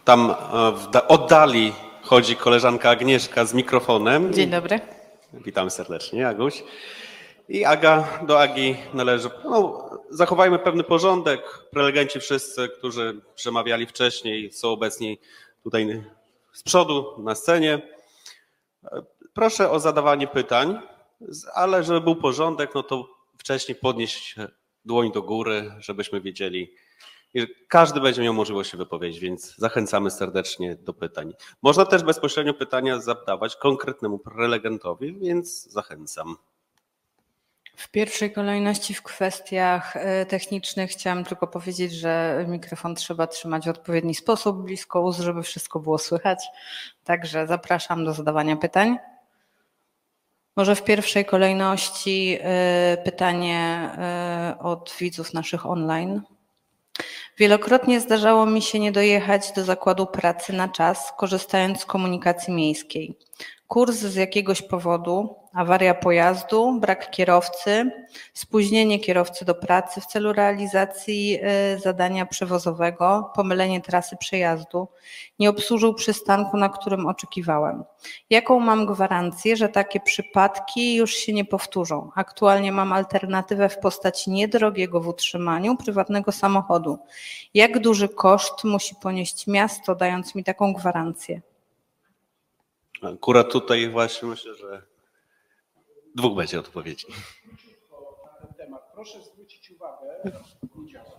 Tam w oddali chodzi koleżanka Agnieszka z mikrofonem. Dzień dobry. Witam serdecznie, Aguś. I Aga, do Agi należy, zachowajmy pewny porządek. Prelegenci wszyscy, którzy przemawiali wcześniej, są obecni tutaj z przodu na scenie. Proszę o zadawanie pytań, ale żeby był porządek, no to wcześniej podnieść dłoń do góry, żebyśmy wiedzieli. I każdy będzie miał możliwość się wypowiedzieć, więc zachęcamy serdecznie do pytań. Można też bezpośrednio pytania zadawać konkretnemu prelegentowi, więc zachęcam. W pierwszej kolejności w kwestiach technicznych chciałam tylko powiedzieć, że mikrofon trzeba trzymać w odpowiedni sposób, blisko ust, żeby wszystko było słychać. Także zapraszam do zadawania pytań. Może w pierwszej kolejności pytanie od widzów naszych online. Wielokrotnie zdarzało mi się nie dojechać do zakładu pracy na czas, korzystając z komunikacji miejskiej. Kurs z jakiegoś powodu, awaria pojazdu, brak kierowcy, spóźnienie kierowcy do pracy w celu realizacji zadania przewozowego, pomylenie trasy przejazdu, nie obsłużył przystanku, na którym oczekiwałem. Jaką mam gwarancję, że takie przypadki już się nie powtórzą? Aktualnie mam alternatywę w postaci niedrogiego w utrzymaniu prywatnego samochodu. Jak duży koszt musi ponieść miasto, dając mi taką gwarancję? Akurat tutaj właśnie myślę, że dwóch będzie odpowiedzi. Na ten temat. Proszę zwrócić uwagę, nie działa.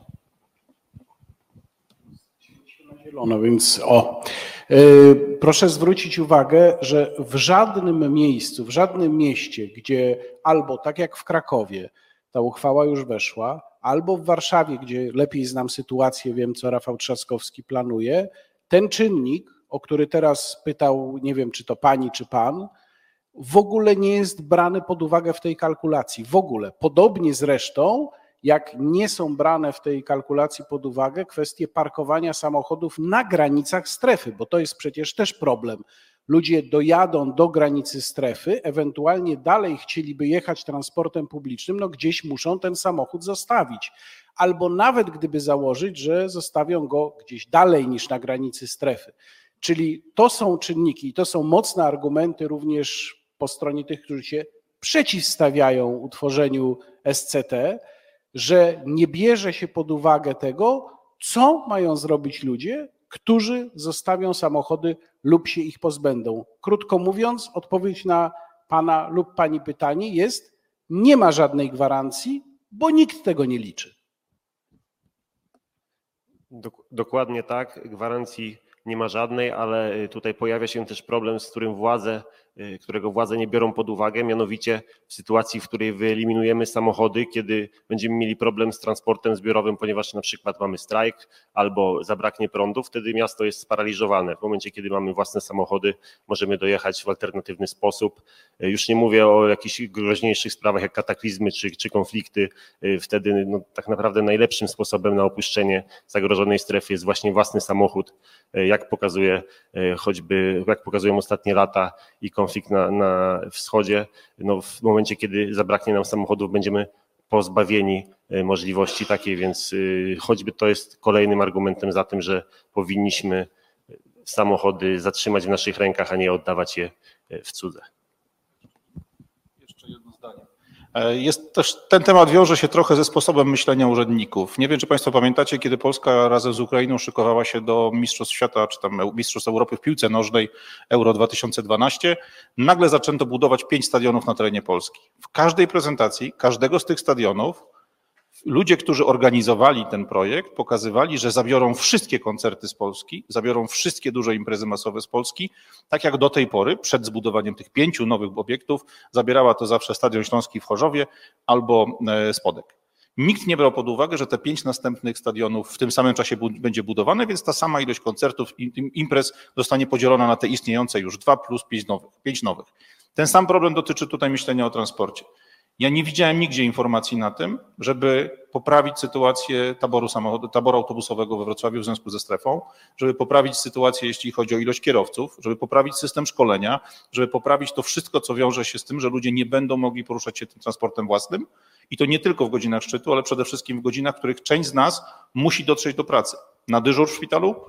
Na zielono, więc proszę zwrócić uwagę, że w żadnym miejscu, w żadnym mieście, gdzie albo tak jak w Krakowie ta uchwała już weszła, albo w Warszawie, gdzie lepiej znam sytuację, wiem co Rafał Trzaskowski planuje, ten czynnik, o który teraz pytał, nie wiem czy to pani czy pan, w ogóle nie jest brany pod uwagę w tej kalkulacji. W ogóle. Podobnie zresztą, jak nie są brane w tej kalkulacji pod uwagę kwestie parkowania samochodów na granicach strefy, bo to jest przecież też problem. Ludzie dojadą do granicy strefy, ewentualnie dalej chcieliby jechać transportem publicznym, no gdzieś muszą ten samochód zostawić. Albo nawet gdyby założyć, że zostawią go gdzieś dalej niż na granicy strefy. Czyli to są czynniki i to są mocne argumenty również po stronie tych, którzy się przeciwstawiają utworzeniu SCT, że nie bierze się pod uwagę tego, co mają zrobić ludzie, którzy zostawią samochody lub się ich pozbędą. Krótko mówiąc, odpowiedź na pana lub pani pytanie jest: nie ma żadnej gwarancji, bo nikt tego nie liczy. Dokładnie tak, gwarancji nie ma żadnej, ale tutaj pojawia się też problem, z którego władze nie biorą pod uwagę, mianowicie w sytuacji, w której wyeliminujemy samochody, kiedy będziemy mieli problem z transportem zbiorowym, ponieważ na przykład mamy strajk albo zabraknie prądu, wtedy miasto jest sparaliżowane. W momencie, kiedy mamy własne samochody, możemy dojechać w alternatywny sposób. Już nie mówię o jakichś groźniejszych sprawach jak kataklizmy czy konflikty. Wtedy tak naprawdę najlepszym sposobem na opuszczenie zagrożonej strefy jest właśnie własny samochód, jak pokazują ostatnie lata i konflikt na wschodzie. W momencie, kiedy zabraknie nam samochodów, będziemy pozbawieni możliwości takiej, więc choćby to jest kolejnym argumentem za tym, że powinniśmy samochody zatrzymać w naszych rękach, a nie oddawać je w cudze. Jeszcze jedno zdanie. Ten temat wiąże się trochę ze sposobem myślenia urzędników. Nie wiem, czy Państwo pamiętacie, kiedy Polska razem z Ukrainą szykowała się do Mistrzostw Świata, czy tam Mistrzostw Europy w piłce nożnej Euro 2012, nagle zaczęto budować 5 stadionów na terenie Polski. W każdej prezentacji każdego z tych stadionów ludzie, którzy organizowali ten projekt, pokazywali, że zabiorą wszystkie koncerty z Polski, zabiorą wszystkie duże imprezy masowe z Polski, tak jak do tej pory, przed zbudowaniem tych 5 nowych obiektów, zabierała to zawsze Stadion Śląski w Chorzowie albo Spodek. Nikt nie brał pod uwagę, że te 5 następnych stadionów w tym samym czasie będzie budowane, więc ta sama ilość koncertów i imprez zostanie podzielona na te istniejące już 2 plus 5 nowych. Ten sam problem dotyczy tutaj myślenia o transporcie. Ja nie widziałem nigdzie informacji na tym, żeby poprawić sytuację taboru autobusowego we Wrocławiu w związku ze strefą, żeby poprawić sytuację, jeśli chodzi o ilość kierowców, żeby poprawić system szkolenia, żeby poprawić to wszystko, co wiąże się z tym, że ludzie nie będą mogli poruszać się tym transportem własnym. I to nie tylko w godzinach szczytu, ale przede wszystkim w godzinach, w których część z nas musi dotrzeć do pracy. Na dyżur w szpitalu,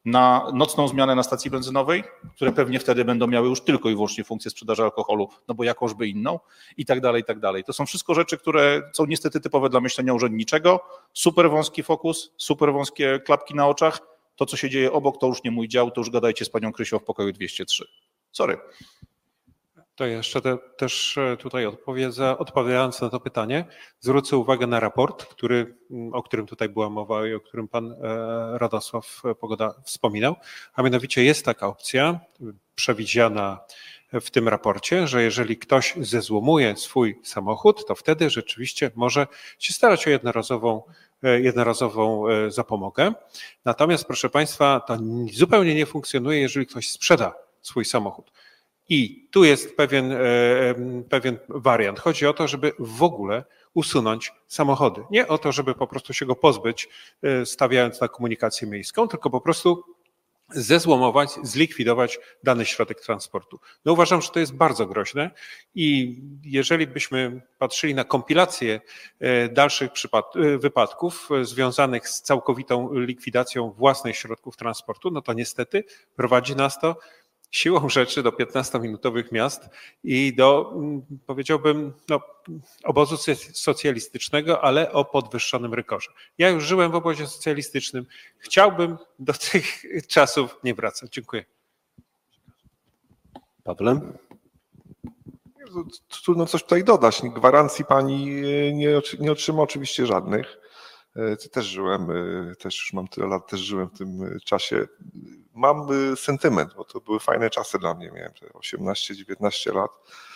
na nocną zmianę na stacji benzynowej, które pewnie wtedy będą miały już tylko i wyłącznie funkcję sprzedaży alkoholu, no bo jakążby inną i tak dalej, i tak dalej. To są wszystko rzeczy, które są niestety typowe dla myślenia urzędniczego. Super wąski fokus, super wąskie klapki na oczach. To, co się dzieje obok, to już nie mój dział, to już gadajcie z panią Krysią w pokoju 203. Sorry. To jeszcze też tutaj odpowiadając na to pytanie, zwrócę uwagę na raport, o którym tutaj była mowa i o którym pan Radosław Pogoda wspominał, a mianowicie jest taka opcja przewidziana w tym raporcie, że jeżeli ktoś zezłomuje swój samochód, to wtedy rzeczywiście może się starać o jednorazową zapomogę. Natomiast proszę państwa, to zupełnie nie funkcjonuje, jeżeli ktoś sprzeda swój samochód. I tu jest pewien wariant. Chodzi o to, żeby w ogóle usunąć samochody. Nie o to, żeby po prostu się go pozbyć, stawiając na komunikację miejską, tylko po prostu zezłomować, zlikwidować dany środek transportu. No uważam, że to jest bardzo groźne i jeżeli byśmy patrzyli na kompilację dalszych wypadków związanych z całkowitą likwidacją własnych środków transportu, no to niestety prowadzi nas to siłą rzeczy do 15-minutowych miast i do, powiedziałbym, obozu socjalistycznego, ale o podwyższonym rygorze. Ja już żyłem w obozie socjalistycznym. Chciałbym do tych czasów nie wracać. Dziękuję. Pawle? Trudno coś tutaj dodać. Gwarancji pani nie otrzyma oczywiście żadnych. Też żyłem, też już mam tyle lat, też żyłem w tym czasie. Mam sentyment, bo to były fajne czasy dla mnie. Miałem 18-19 lat.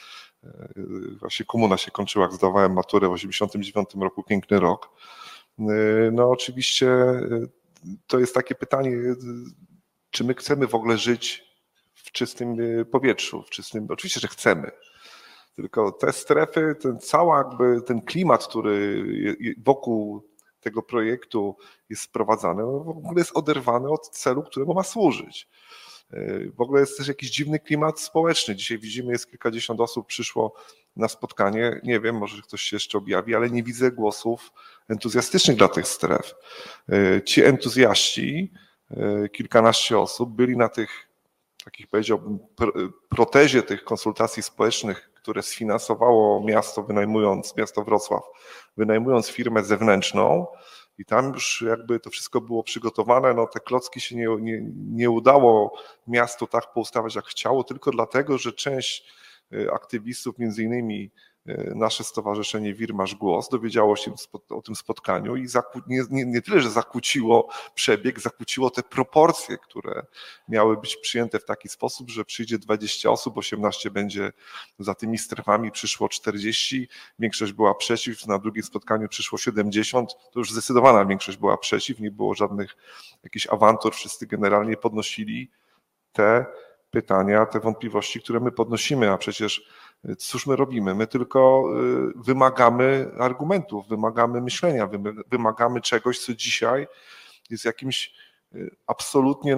Właśnie komuna się kończyła, jak zdawałem maturę w 1989 roku, piękny rok. No oczywiście to jest takie pytanie, czy my chcemy w ogóle żyć w czystym powietrzu, oczywiście, że chcemy. Tylko te strefy, ten klimat, który wokół tego projektu jest sprowadzany, no w ogóle jest oderwany od celu, któremu ma służyć. W ogóle jest też jakiś dziwny klimat społeczny. Dzisiaj widzimy, jest kilkadziesiąt osób przyszło na spotkanie. Nie wiem, może ktoś się jeszcze objawi, ale nie widzę głosów entuzjastycznych dla tych stref. Ci entuzjaści, kilkanaście osób, byli na tych, takich powiedziałbym, protezie tych konsultacji społecznych, które sfinansowało miasto Wrocław, wynajmując firmę zewnętrzną i tam już jakby to wszystko było przygotowane, no te klocki się nie udało miastu tak poustawiać jak chciało, tylko dlatego, że część aktywistów, między innymi nasze stowarzyszenie WIR Masz Głos, dowiedziało się o tym spotkaniu i nie tyle, że zakłóciło przebieg, zakłóciło te proporcje, które miały być przyjęte w taki sposób, że przyjdzie 20 osób, 18 będzie za tymi strefami, przyszło 40, większość była przeciw, na drugim spotkaniu przyszło 70, to już zdecydowana większość była przeciw, nie było żadnych jakichś awantur, wszyscy generalnie podnosili te pytania, te wątpliwości, które my podnosimy, a przecież cóż my robimy? My tylko wymagamy argumentów, wymagamy myślenia, wymagamy czegoś, co dzisiaj jest jakimś absolutnie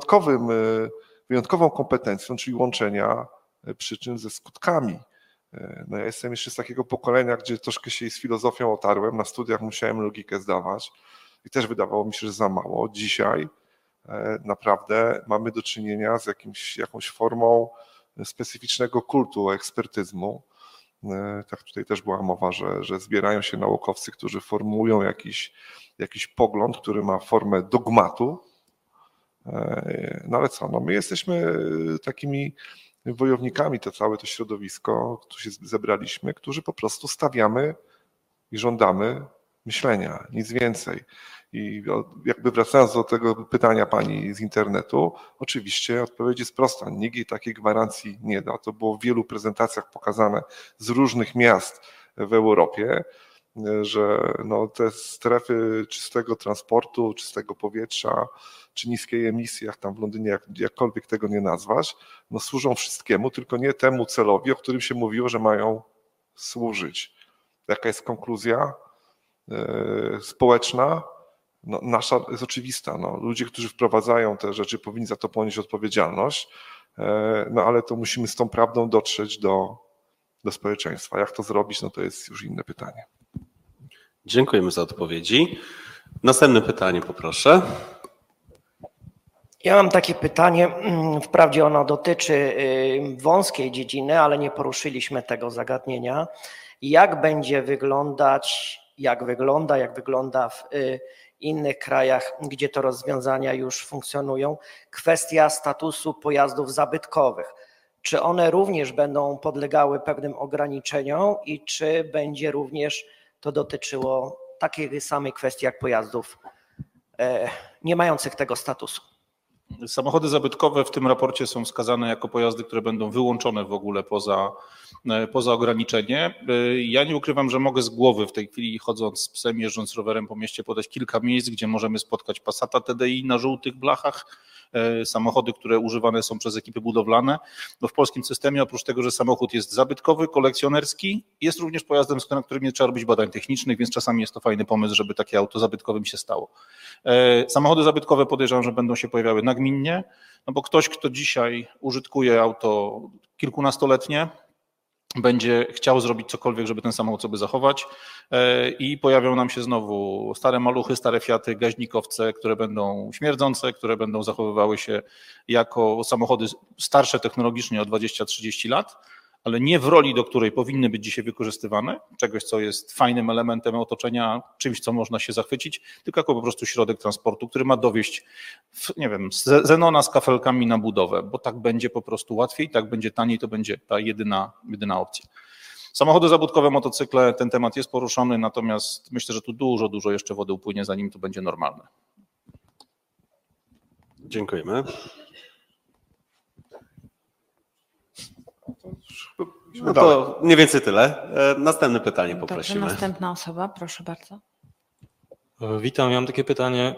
wyjątkową kompetencją, czyli łączenia przyczyn ze skutkami. No ja jestem jeszcze z takiego pokolenia, gdzie troszkę się z filozofią otarłem, na studiach musiałem logikę zdawać i też wydawało mi się, że za mało. Dzisiaj naprawdę mamy do czynienia z jakąś formą specyficznego kultu, ekspertyzmu. Tak tutaj też była mowa, że zbierają się naukowcy, którzy formułują jakiś pogląd, który ma formę dogmatu. No ale co, no my jesteśmy takimi wojownikami, całe to środowisko, tu się zebraliśmy, którzy po prostu stawiamy i żądamy myślenia, nic więcej. I jakby wracając do tego pytania pani z internetu, oczywiście odpowiedź jest prosta. Nikt jej takiej gwarancji nie da. To było w wielu prezentacjach pokazane z różnych miast w Europie, że no te strefy czystego transportu, czystego powietrza czy niskiej emisji, jak tam w Londynie, jakkolwiek tego nie nazwać, no służą wszystkiemu, tylko nie temu celowi, o którym się mówiło, że mają służyć. Jaka jest konkluzja społeczna? No, nasza jest oczywista. No, ludzie, którzy wprowadzają te rzeczy, powinni za to ponieść odpowiedzialność, no ale to musimy z tą prawdą dotrzeć do społeczeństwa. Jak to zrobić, no to jest już inne pytanie. Dziękujemy za odpowiedzi. Następne pytanie poproszę. Ja mam takie pytanie, wprawdzie ono dotyczy wąskiej dziedziny, ale nie poruszyliśmy tego zagadnienia. Jak będzie wyglądać, jak wygląda w innych krajach, gdzie to rozwiązania już funkcjonują, kwestia statusu pojazdów zabytkowych? Czy one również będą podlegały pewnym ograniczeniom i czy będzie również to dotyczyło takiej samej kwestii jak pojazdów nie mających tego statusu? Samochody zabytkowe w tym raporcie są wskazane jako pojazdy, które będą wyłączone w ogóle poza ograniczenie. Ja nie ukrywam, że mogę z głowy w tej chwili, chodząc z psem, jeżdżąc rowerem po mieście, podać kilka miejsc, gdzie możemy spotkać Passata TDI na żółtych blachach, samochody, które używane są przez ekipy budowlane. Bo w polskim systemie oprócz tego, że samochód jest zabytkowy, kolekcjonerski, jest również pojazdem, na którym nie trzeba robić badań technicznych, więc czasami jest to fajny pomysł, żeby takie auto zabytkowym się stało. Samochody zabytkowe podejrzewam, że będą się pojawiały nagminnie, no bo ktoś, kto dzisiaj użytkuje auto kilkunastoletnie, będzie chciał zrobić cokolwiek, żeby ten samochód sobie zachować i pojawią nam się znowu stare maluchy, stare Fiaty, gaźnikowce, które będą śmierdzące, które będą zachowywały się jako samochody starsze technologicznie o 20-30 lat, ale nie w roli, do której powinny być dzisiaj wykorzystywane, czegoś, co jest fajnym elementem otoczenia, czymś, co można się zachwycić, tylko jako po prostu środek transportu, który ma dowieść, nie wiem, Zenona z kafelkami na budowę, bo tak będzie po prostu łatwiej, tak będzie taniej, to będzie ta jedyna opcja. Samochody zabytkowe, motocykle, ten temat jest poruszony, natomiast myślę, że tu dużo jeszcze wody upłynie, zanim to będzie normalne. Dziękujemy. No to mniej więcej tyle. Następne pytanie poprosimy. Dobrze, następna osoba, proszę bardzo. Witam, ja mam takie pytanie.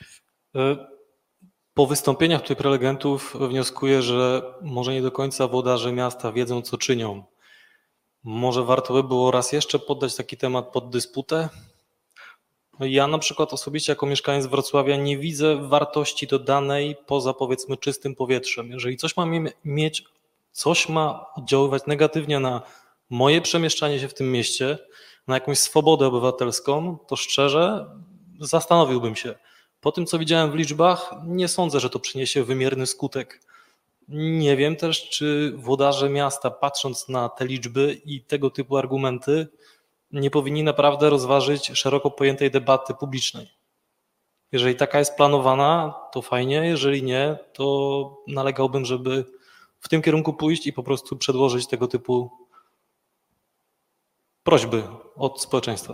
Po wystąpieniach tutaj prelegentów wnioskuję, że może nie do końca włodarze miasta wiedzą, co czynią. Może warto by było raz jeszcze poddać taki temat pod dysputę? Ja na przykład osobiście jako mieszkaniec Wrocławia nie widzę wartości dodanej poza powiedzmy czystym powietrzem. Jeżeli coś ma oddziaływać negatywnie na moje przemieszczanie się w tym mieście, na jakąś swobodę obywatelską, to szczerze zastanowiłbym się. Po tym, co widziałem w liczbach, nie sądzę, że to przyniesie wymierny skutek. Nie wiem też, czy włodarze miasta, patrząc na te liczby i tego typu argumenty, nie powinni naprawdę rozważyć szeroko pojętej debaty publicznej. Jeżeli taka jest planowana, to fajnie, jeżeli nie, to nalegałbym, żeby w tym kierunku pójść i po prostu przedłożyć tego typu prośby od społeczeństwa.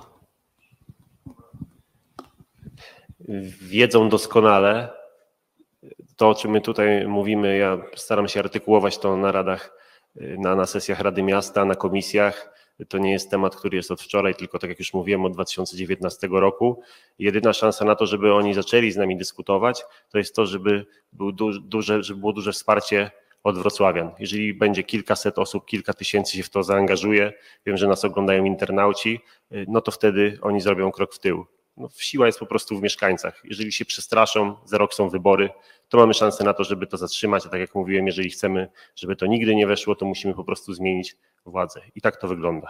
Wiedzą doskonale to, o czym my tutaj mówimy. Ja staram się artykułować to na radach, na sesjach Rady Miasta, na komisjach. To nie jest temat, który jest od wczoraj, tylko tak jak już mówiłem, od 2019 roku. Jedyna szansa na to, żeby oni zaczęli z nami dyskutować, to jest to, żeby było duże wsparcie od wrocławian. Jeżeli będzie kilkaset osób, kilka tysięcy się w to zaangażuje, wiem, że nas oglądają internauci, no to wtedy oni zrobią krok w tył. No, siła jest po prostu w mieszkańcach. Jeżeli się przestraszą, za rok są wybory, to mamy szansę na to, żeby to zatrzymać. A tak jak mówiłem, jeżeli chcemy, żeby to nigdy nie weszło, to musimy po prostu zmienić władzę. I tak to wygląda.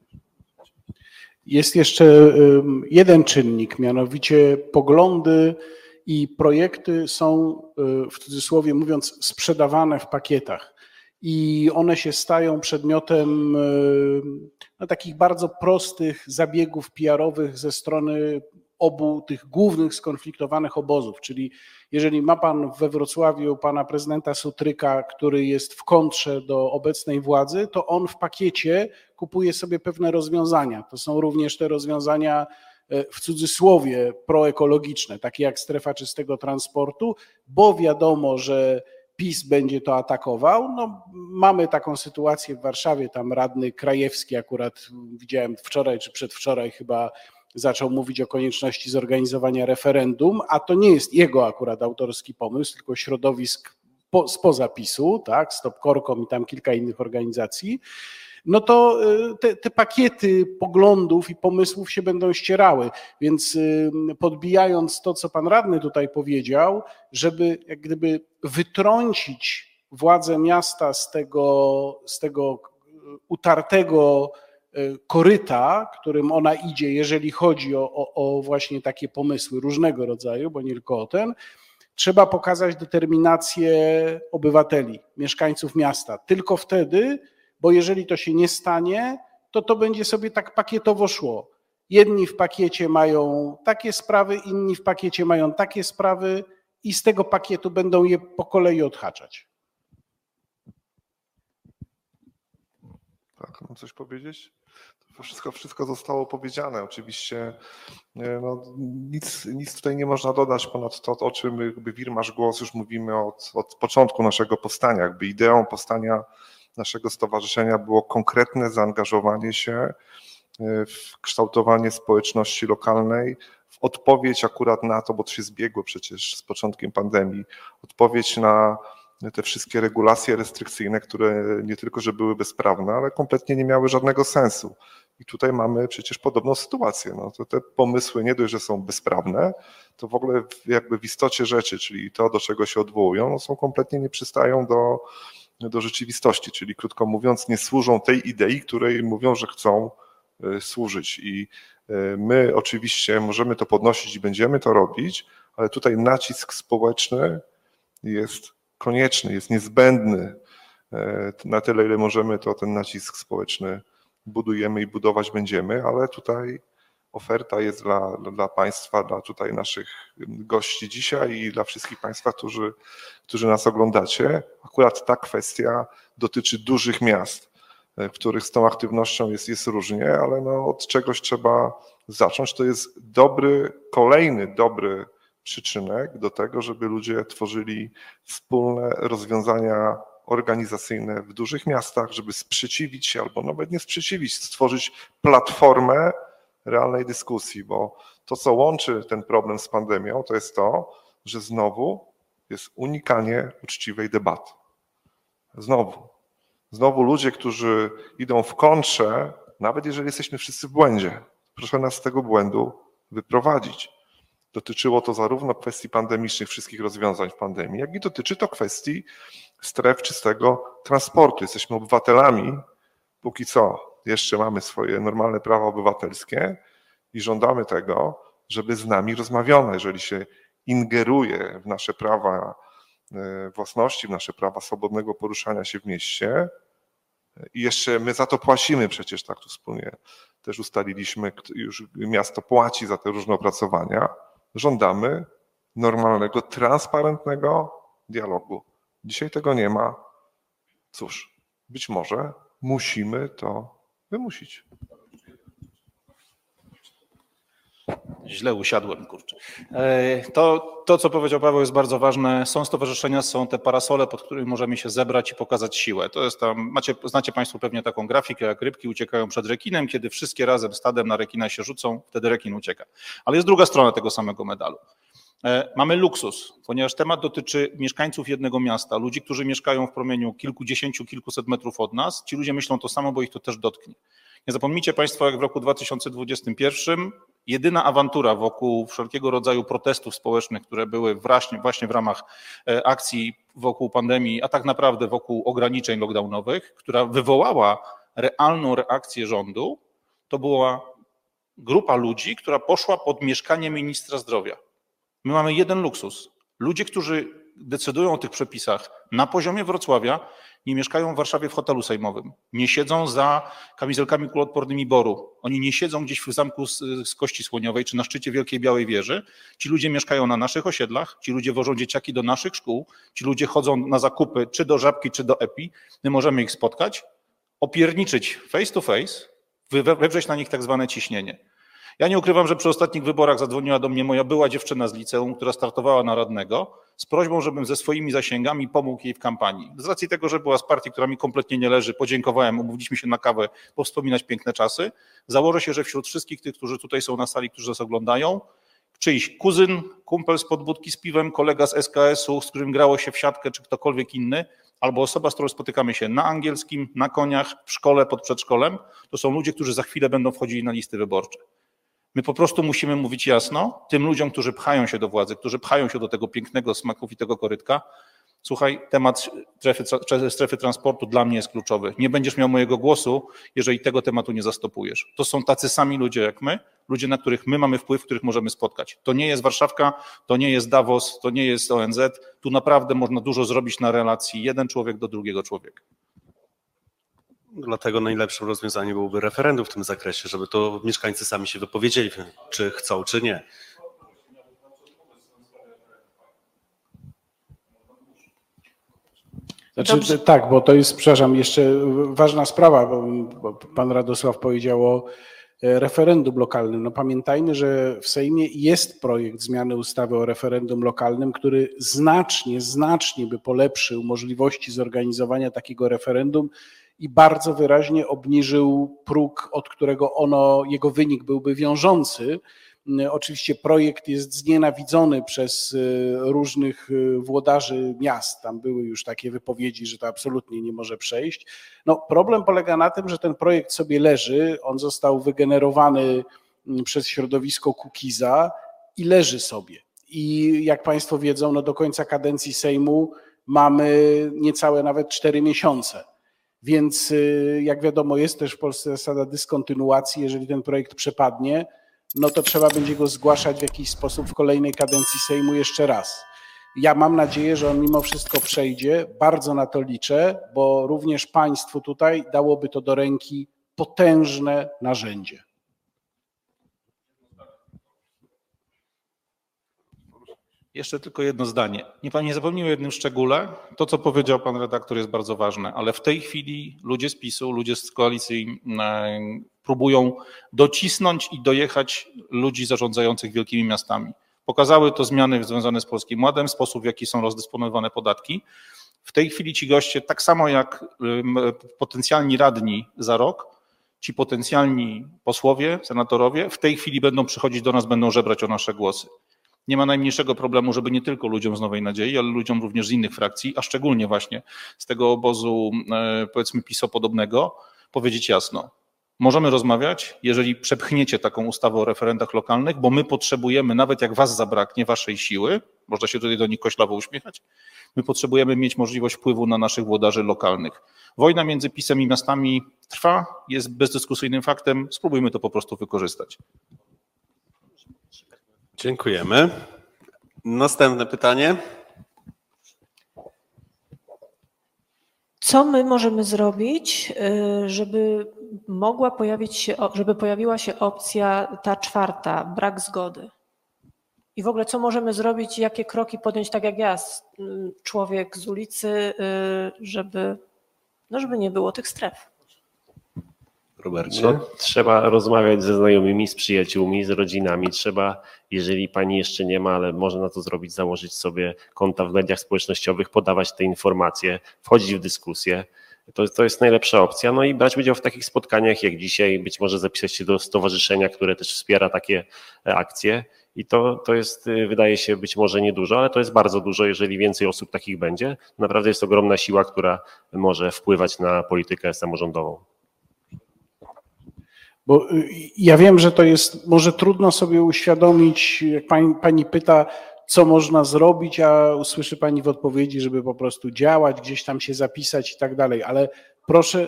Jest jeszcze jeden czynnik, mianowicie poglądy i projekty są, w cudzysłowie mówiąc, sprzedawane w pakietach. I one się stają przedmiotem takich bardzo prostych zabiegów PR-owych ze strony obu tych głównych skonfliktowanych obozów. Czyli jeżeli ma pan we Wrocławiu pana prezydenta Sutryka, który jest w kontrze do obecnej władzy, to on w pakiecie kupuje sobie pewne rozwiązania. To są również te rozwiązania w cudzysłowie proekologiczne, takie jak strefa czystego transportu, bo wiadomo, że PiS będzie to atakował. No, mamy taką sytuację w Warszawie, tam radny Krajewski akurat widziałem wczoraj czy przedwczoraj chyba zaczął mówić o konieczności zorganizowania referendum, a to nie jest jego akurat autorski pomysł, tylko środowisk spoza PiS-u, tak, Stop Korkom i tam kilka innych organizacji. No to te pakiety poglądów i pomysłów się będą ścierały, więc podbijając to, co pan radny tutaj powiedział, żeby jak gdyby wytrącić władzę miasta z tego utartego koryta, którym ona idzie, jeżeli chodzi o właśnie takie pomysły różnego rodzaju, bo nie tylko o ten, Trzeba pokazać determinację obywateli, mieszkańców miasta. Tylko wtedy, bo jeżeli to się nie stanie, to będzie sobie tak pakietowo szło. Jedni w pakiecie mają takie sprawy, inni w pakiecie mają takie sprawy i z tego pakietu będą je po kolei odhaczać. Tak, mam coś powiedzieć? Wszystko zostało powiedziane. Oczywiście no, nic tutaj nie można dodać ponad to, o czym jakby Wirmasz Głos już mówimy od początku naszego powstania. Jakby ideą powstania naszego stowarzyszenia było konkretne zaangażowanie się w kształtowanie społeczności lokalnej, w odpowiedź akurat na to, bo to się zbiegło przecież z początkiem pandemii, odpowiedź na te wszystkie regulacje restrykcyjne, które nie tylko, że były bezprawne, ale kompletnie nie miały żadnego sensu. I tutaj mamy przecież podobną sytuację. No, to te pomysły nie dość, że są bezprawne, to w ogóle jakby w istocie rzeczy, czyli to, do czego się odwołują, no, są kompletnie nie przystają do rzeczywistości, czyli krótko mówiąc nie służą tej idei, której mówią, że chcą służyć. I my oczywiście możemy to podnosić i będziemy to robić, ale tutaj nacisk społeczny jest konieczny, jest niezbędny. Na tyle, ile możemy, to ten nacisk społeczny budujemy i budować będziemy, ale tutaj oferta jest dla Państwa, dla tutaj naszych gości dzisiaj i dla wszystkich Państwa, którzy nas oglądacie. Akurat ta kwestia dotyczy dużych miast, w których z tą aktywnością jest różnie, ale no od czegoś trzeba zacząć. To jest kolejny dobry przyczynek do tego, żeby ludzie tworzyli wspólne rozwiązania organizacyjne w dużych miastach, żeby sprzeciwić się albo nawet nie sprzeciwić, stworzyć platformę realnej dyskusji, bo to, co łączy ten problem z pandemią, to jest to, że znowu jest unikanie uczciwej debaty. Znowu ludzie, którzy idą w kontrze, nawet jeżeli jesteśmy wszyscy w błędzie, proszę nas z tego błędu wyprowadzić. Dotyczyło to zarówno kwestii pandemicznych, wszystkich rozwiązań w pandemii, jak i dotyczy to kwestii stref czystego transportu. Jesteśmy obywatelami, póki co jeszcze mamy swoje normalne prawa obywatelskie i żądamy tego, żeby z nami rozmawiano. Jeżeli się ingeruje w nasze prawa własności, w nasze prawa swobodnego poruszania się w mieście i jeszcze my za to płacimy przecież, tak tu wspólnie też ustaliliśmy, już miasto płaci za te różne opracowania, żądamy normalnego, transparentnego dialogu. Dzisiaj tego nie ma. Cóż, być może musimy to wymusić. Źle usiadłem, kurczę. To, co powiedział Paweł, jest bardzo ważne. Są stowarzyszenia, są te parasole, pod którymi możemy się zebrać i pokazać siłę. To jest tam, znacie Państwo pewnie taką grafikę, jak rybki uciekają przed rekinem, kiedy wszystkie razem stadem na rekina się rzucą, wtedy rekin ucieka. Ale jest druga strona tego samego medalu. Mamy luksus, ponieważ temat dotyczy mieszkańców jednego miasta, ludzi, którzy mieszkają w promieniu kilkudziesięciu, kilkuset metrów od nas. Ci ludzie myślą to samo, bo ich to też dotknie. Nie zapomnijcie Państwo, jak w roku 2021 jedyna awantura wokół wszelkiego rodzaju protestów społecznych, które były właśnie w ramach akcji wokół pandemii, a tak naprawdę wokół ograniczeń lockdownowych, która wywołała realną reakcję rządu, to była grupa ludzi, która poszła pod mieszkanie ministra zdrowia. My mamy jeden luksus. Ludzie, którzy decydują o tych przepisach na poziomie Wrocławia, nie mieszkają w Warszawie w hotelu sejmowym. Nie siedzą za kamizelkami kuloodpornymi BOR-u. Oni nie siedzą gdzieś w zamku z Kości Słoniowej czy na szczycie Wielkiej Białej Wieży. Ci ludzie mieszkają na naszych osiedlach, ci ludzie wożą dzieciaki do naszych szkół, ci ludzie chodzą na zakupy czy do Żabki, czy do EPI. My możemy ich spotkać, opierniczyć face to face, wywrzeć na nich tak zwane ciśnienie. Ja nie ukrywam, że przy ostatnich wyborach zadzwoniła do mnie moja była dziewczyna z liceum, która startowała na radnego, z prośbą, żebym ze swoimi zasięgami pomógł jej w kampanii. Z racji tego, że była z partii, która mi kompletnie nie leży, podziękowałem, umówiliśmy się na kawę, powspominać piękne czasy. Założę się, że wśród wszystkich tych, którzy tutaj są na sali, którzy nas oglądają, czyjś kuzyn, kumpel z podbudki z piwem, kolega z SKS-u, z którym grało się w siatkę, czy ktokolwiek inny, albo osoba, z którą spotykamy się na angielskim, na koniach, w szkole, pod przedszkolem, to są ludzie, którzy za chwilę będą wchodzili na listy wyborcze. My po prostu musimy mówić jasno tym ludziom, którzy pchają się do władzy, którzy pchają się do tego pięknego, smakowitego korytka. Słuchaj, temat strefy transportu dla mnie jest kluczowy. Nie będziesz miał mojego głosu, jeżeli tego tematu nie zastopujesz. To są tacy sami ludzie jak my, ludzie, na których my mamy wpływ, których możemy spotkać. To nie jest Warszawka, to nie jest Davos, to nie jest ONZ. Tu naprawdę można dużo zrobić na relacji jeden człowiek do drugiego człowieka. Dlatego najlepszym rozwiązaniem byłoby referendum w tym zakresie, żeby to mieszkańcy sami się wypowiedzieli, czy chcą, czy nie. Znaczy, tak, bo to jest, przepraszam, jeszcze ważna sprawa, bo pan Radosław powiedział o referendum lokalnym. No pamiętajmy, że w Sejmie jest projekt zmiany ustawy o referendum lokalnym, który znacznie by polepszył możliwości zorganizowania takiego referendum i bardzo wyraźnie obniżył próg, od którego jego wynik byłby wiążący. Oczywiście projekt jest znienawidzony przez różnych włodarzy miast. Tam były już takie wypowiedzi, że to absolutnie nie może przejść. No, problem polega na tym, że ten projekt sobie leży, on został wygenerowany przez środowisko Kukiza i leży sobie. I jak Państwo wiedzą, no do końca kadencji Sejmu mamy niecałe nawet 4 miesiące. Więc jak wiadomo, jest też w Polsce zasada dyskontynuacji. Jeżeli ten projekt przepadnie, no to trzeba będzie go zgłaszać w jakiś sposób w kolejnej kadencji Sejmu jeszcze raz. Ja mam nadzieję, że on mimo wszystko przejdzie, bardzo na to liczę, bo również państwu tutaj dałoby to do ręki potężne narzędzie. Jeszcze tylko jedno zdanie. Nie zapomnijmy o jednym szczególe. To, co powiedział pan redaktor, jest bardzo ważne, ale w tej chwili ludzie z PiS-u, ludzie z koalicji próbują docisnąć i dojechać ludzi zarządzających wielkimi miastami. Pokazały to zmiany związane z Polskim Ładem, sposób, w jaki są rozdysponowane podatki. W tej chwili ci goście, tak samo jak potencjalni radni za rok, ci potencjalni posłowie, senatorowie, w tej chwili będą przychodzić do nas, będą żebrać o nasze głosy. Nie ma najmniejszego problemu, żeby nie tylko ludziom z Nowej Nadziei, ale ludziom również z innych frakcji, a szczególnie właśnie z tego obozu, powiedzmy, PiS-o-podobnego, powiedzieć jasno. Możemy rozmawiać, jeżeli przepchniecie taką ustawę o referendach lokalnych, bo my potrzebujemy, nawet jak was zabraknie, waszej siły, można się tutaj do nich koślawo uśmiechać, my potrzebujemy mieć możliwość wpływu na naszych włodarzy lokalnych. Wojna między PiS-em i miastami trwa, jest bezdyskusyjnym faktem, spróbujmy to po prostu wykorzystać. Dziękujemy. Następne pytanie. Co my możemy zrobić, żeby pojawiła się opcja ta czwarta, brak zgody? I w ogóle co możemy zrobić, jakie kroki podjąć, tak jak ja, człowiek z ulicy, żeby nie było tych stref? Robercie? No, trzeba rozmawiać ze znajomymi, z przyjaciółmi, z rodzinami. Trzeba, jeżeli pani jeszcze nie ma, ale można to zrobić, założyć sobie konta w mediach społecznościowych, podawać te informacje, wchodzić w dyskusję. To jest najlepsza opcja. No i brać udział w takich spotkaniach jak dzisiaj, być może zapisać się do stowarzyszenia, które też wspiera takie akcje. I to jest, wydaje się, być może niedużo, ale to jest bardzo dużo, jeżeli więcej osób takich będzie. Naprawdę jest ogromna siła, która może wpływać na politykę samorządową. Bo ja wiem, że to jest może trudno sobie uświadomić, jak pani pyta, co można zrobić, a usłyszy pani w odpowiedzi, żeby po prostu działać, gdzieś tam się zapisać i tak dalej, ale proszę,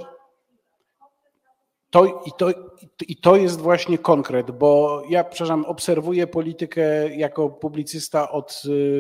to jest właśnie konkret, bo ja, przepraszam, obserwuję politykę jako publicysta od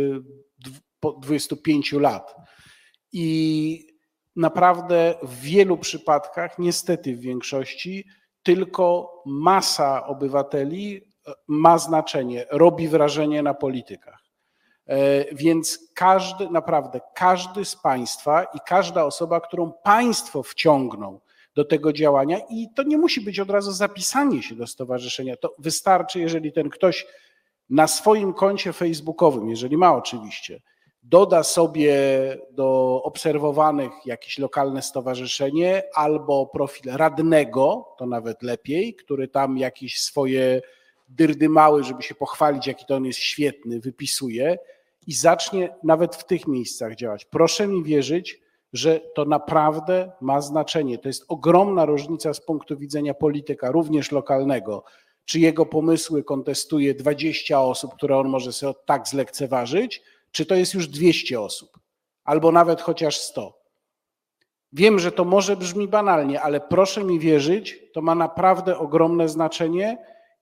25 lat i naprawdę w wielu przypadkach, niestety w większości, tylko masa obywateli ma znaczenie, robi wrażenie na politykach. Więc naprawdę każdy z państwa i każda osoba, którą państwo wciągną do tego działania, i to nie musi być od razu zapisanie się do stowarzyszenia, to wystarczy, jeżeli ten ktoś na swoim koncie facebookowym, jeżeli ma oczywiście, doda sobie do obserwowanych jakieś lokalne stowarzyszenie albo profil radnego, to nawet lepiej, który tam jakieś swoje dyrdymały, żeby się pochwalić, jaki to on jest świetny, wypisuje i zacznie nawet w tych miejscach działać. Proszę mi wierzyć, że to naprawdę ma znaczenie. To jest ogromna różnica z punktu widzenia polityka, również lokalnego, czy jego pomysły kontestuje 20 osób, które on może sobie tak zlekceważyć, czy to jest już 200 osób, albo nawet chociaż 100. Wiem, że to może brzmi banalnie, ale proszę mi wierzyć, to ma naprawdę ogromne znaczenie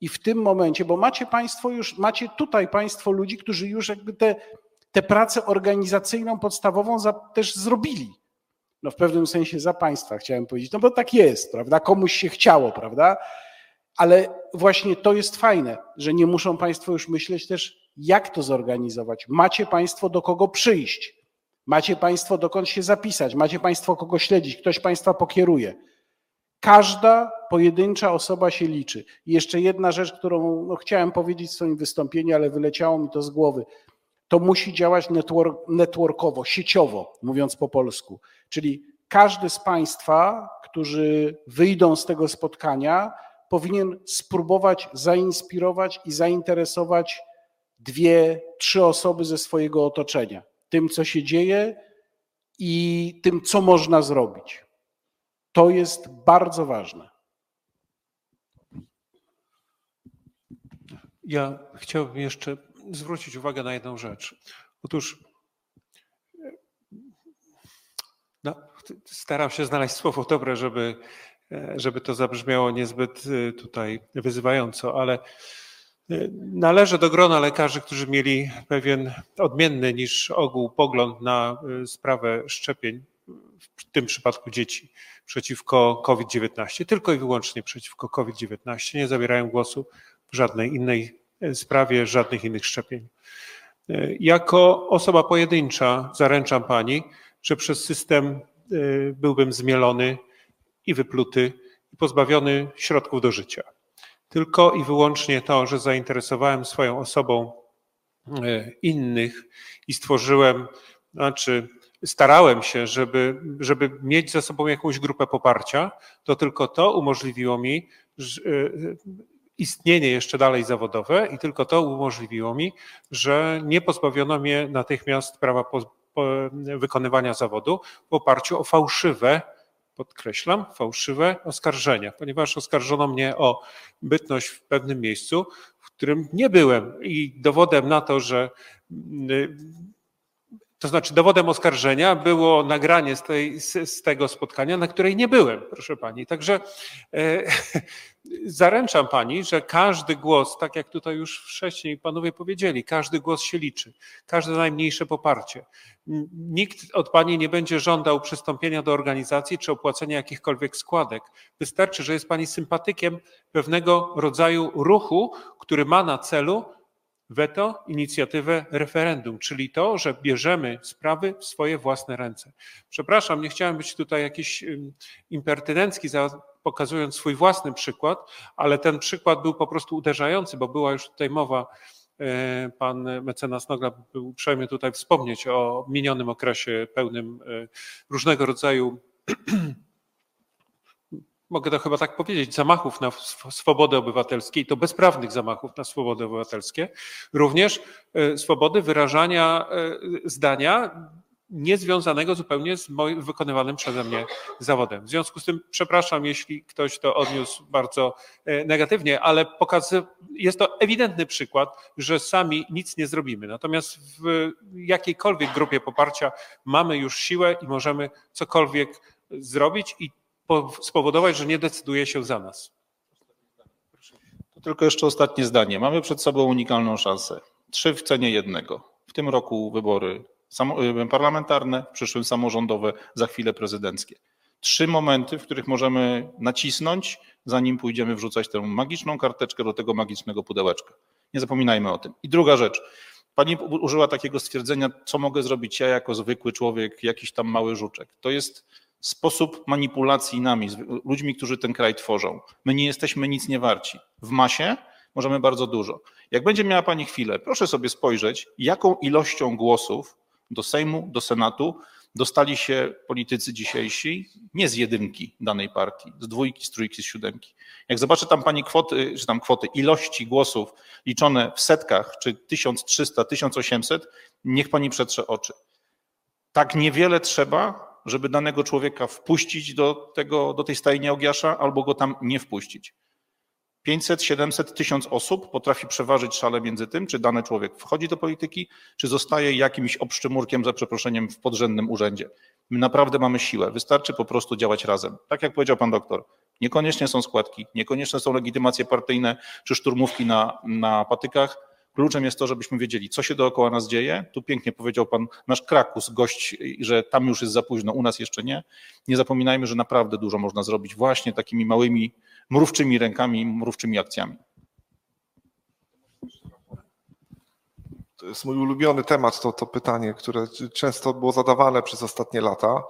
I w tym momencie, bo macie tutaj państwo ludzi, którzy już jakby tę pracę organizacyjną, podstawową też zrobili. No w pewnym sensie za państwa chciałem powiedzieć, no bo tak jest, prawda? Komuś się chciało, prawda? Ale właśnie to jest fajne, że nie muszą państwo już myśleć też, jak to zorganizować. Macie państwo do kogo przyjść, macie państwo dokąd się zapisać, macie państwo kogo śledzić, ktoś państwa pokieruje. Każda pojedyncza osoba się liczy. I jeszcze jedna rzecz, którą chciałem powiedzieć w swoim wystąpieniu, ale wyleciało mi to z głowy. To musi działać networkowo, sieciowo, mówiąc po polsku. Czyli każdy z państwa, którzy wyjdą z tego spotkania, powinien spróbować zainspirować i zainteresować 2-3 osoby ze swojego otoczenia. Tym, co się dzieje i tym, co można zrobić. To jest bardzo ważne. Ja chciałbym jeszcze zwrócić uwagę na jedną rzecz. Otóż staram się znaleźć słowo dobre, żeby to zabrzmiało niezbyt tutaj wyzywająco, ale należę do grona lekarzy, którzy mieli pewien odmienny niż ogół pogląd na sprawę szczepień, w tym przypadku dzieci, przeciwko COVID-19, tylko i wyłącznie przeciwko COVID-19. Nie zabierają głosu w żadnej innej sprawie, żadnych innych szczepień. Jako osoba pojedyncza zaręczam pani, że przez system byłbym zmielony i wypluty i pozbawiony środków do życia. Tylko i wyłącznie to, że zainteresowałem swoją osobą innych i starałem się, żeby mieć za sobą jakąś grupę poparcia, to tylko to umożliwiło mi istnienie jeszcze dalej zawodowe i tylko to umożliwiło mi, że nie pozbawiono mnie natychmiast prawa wykonywania zawodu w oparciu o fałszywe, podkreślam, fałszywe oskarżenia, ponieważ oskarżono mnie o bytność w pewnym miejscu, w którym nie byłem i dowodem na to, dowodem oskarżenia było nagranie z tego spotkania, na której nie byłem, proszę pani. Także zaręczam pani, że każdy głos, tak jak tutaj już wcześniej panowie powiedzieli, każdy głos się liczy, każde najmniejsze poparcie. Nikt od pani nie będzie żądał przystąpienia do organizacji czy opłacenia jakichkolwiek składek. Wystarczy, że jest pani sympatykiem pewnego rodzaju ruchu, który ma na celu weto, inicjatywę, referendum, czyli to, że bierzemy sprawy w swoje własne ręce. Przepraszam, nie chciałem być tutaj jakiś impertynencki, pokazując swój własny przykład, ale ten przykład był po prostu uderzający, bo była już tutaj mowa, pan mecenas Nogla był uprzejmy tutaj wspomnieć o minionym okresie pełnym różnego rodzaju mogę to chyba tak powiedzieć, zamachów na swobody obywatelskie i to bezprawnych zamachów na swobody obywatelskie, również swobody wyrażania zdania niezwiązanego zupełnie z wykonywanym przeze mnie zawodem. W związku z tym przepraszam, jeśli ktoś to odniósł bardzo negatywnie, ale jest to ewidentny przykład, że sami nic nie zrobimy. Natomiast w jakiejkolwiek grupie poparcia mamy już siłę i możemy cokolwiek zrobić i spowodować, że nie decyduje się za nas. To tylko jeszcze ostatnie zdanie. Mamy przed sobą unikalną szansę. 3 w cenie 1. W tym roku wybory parlamentarne, w przyszłym samorządowe, za chwilę prezydenckie. 3 momenty, w których możemy nacisnąć, zanim pójdziemy wrzucać tę magiczną karteczkę do tego magicznego pudełeczka. Nie zapominajmy o tym. I druga rzecz. Pani użyła takiego stwierdzenia, co mogę zrobić ja jako zwykły człowiek, jakiś tam mały żuczek. To jest sposób manipulacji nami, ludźmi, którzy ten kraj tworzą. My nie jesteśmy nic nie warci. W masie możemy bardzo dużo. Jak będzie miała pani chwilę, proszę sobie spojrzeć, jaką ilością głosów do Sejmu, do Senatu dostali się politycy dzisiejsi, nie z 1 danej partii, z 2, z 3, z 7. Jak zobaczy tam pani kwoty, ilości głosów liczone w setkach, czy 1300, 1800, niech pani przetrze oczy. Tak niewiele trzeba, żeby danego człowieka wpuścić do tej stajni Augiasza albo go tam nie wpuścić. 500, 700, 1000 osób potrafi przeważyć szale między tym, czy dany człowiek wchodzi do polityki, czy zostaje jakimś obszczymurkiem, za przeproszeniem, w podrzędnym urzędzie. My naprawdę mamy siłę, wystarczy po prostu działać razem. Tak jak powiedział pan doktor, Niekoniecznie są składki, niekoniecznie są legitymacje partyjne czy szturmówki na patykach. Kluczem jest to, żebyśmy wiedzieli, co się dookoła nas dzieje. Tu pięknie powiedział pan nasz Krakus, gość, że tam już jest za późno, u nas jeszcze nie. Nie zapominajmy, że naprawdę dużo można zrobić właśnie takimi małymi, mrówczymi rękami, mrówczymi akcjami. To jest mój ulubiony temat, to pytanie, które często było zadawane przez ostatnie lata.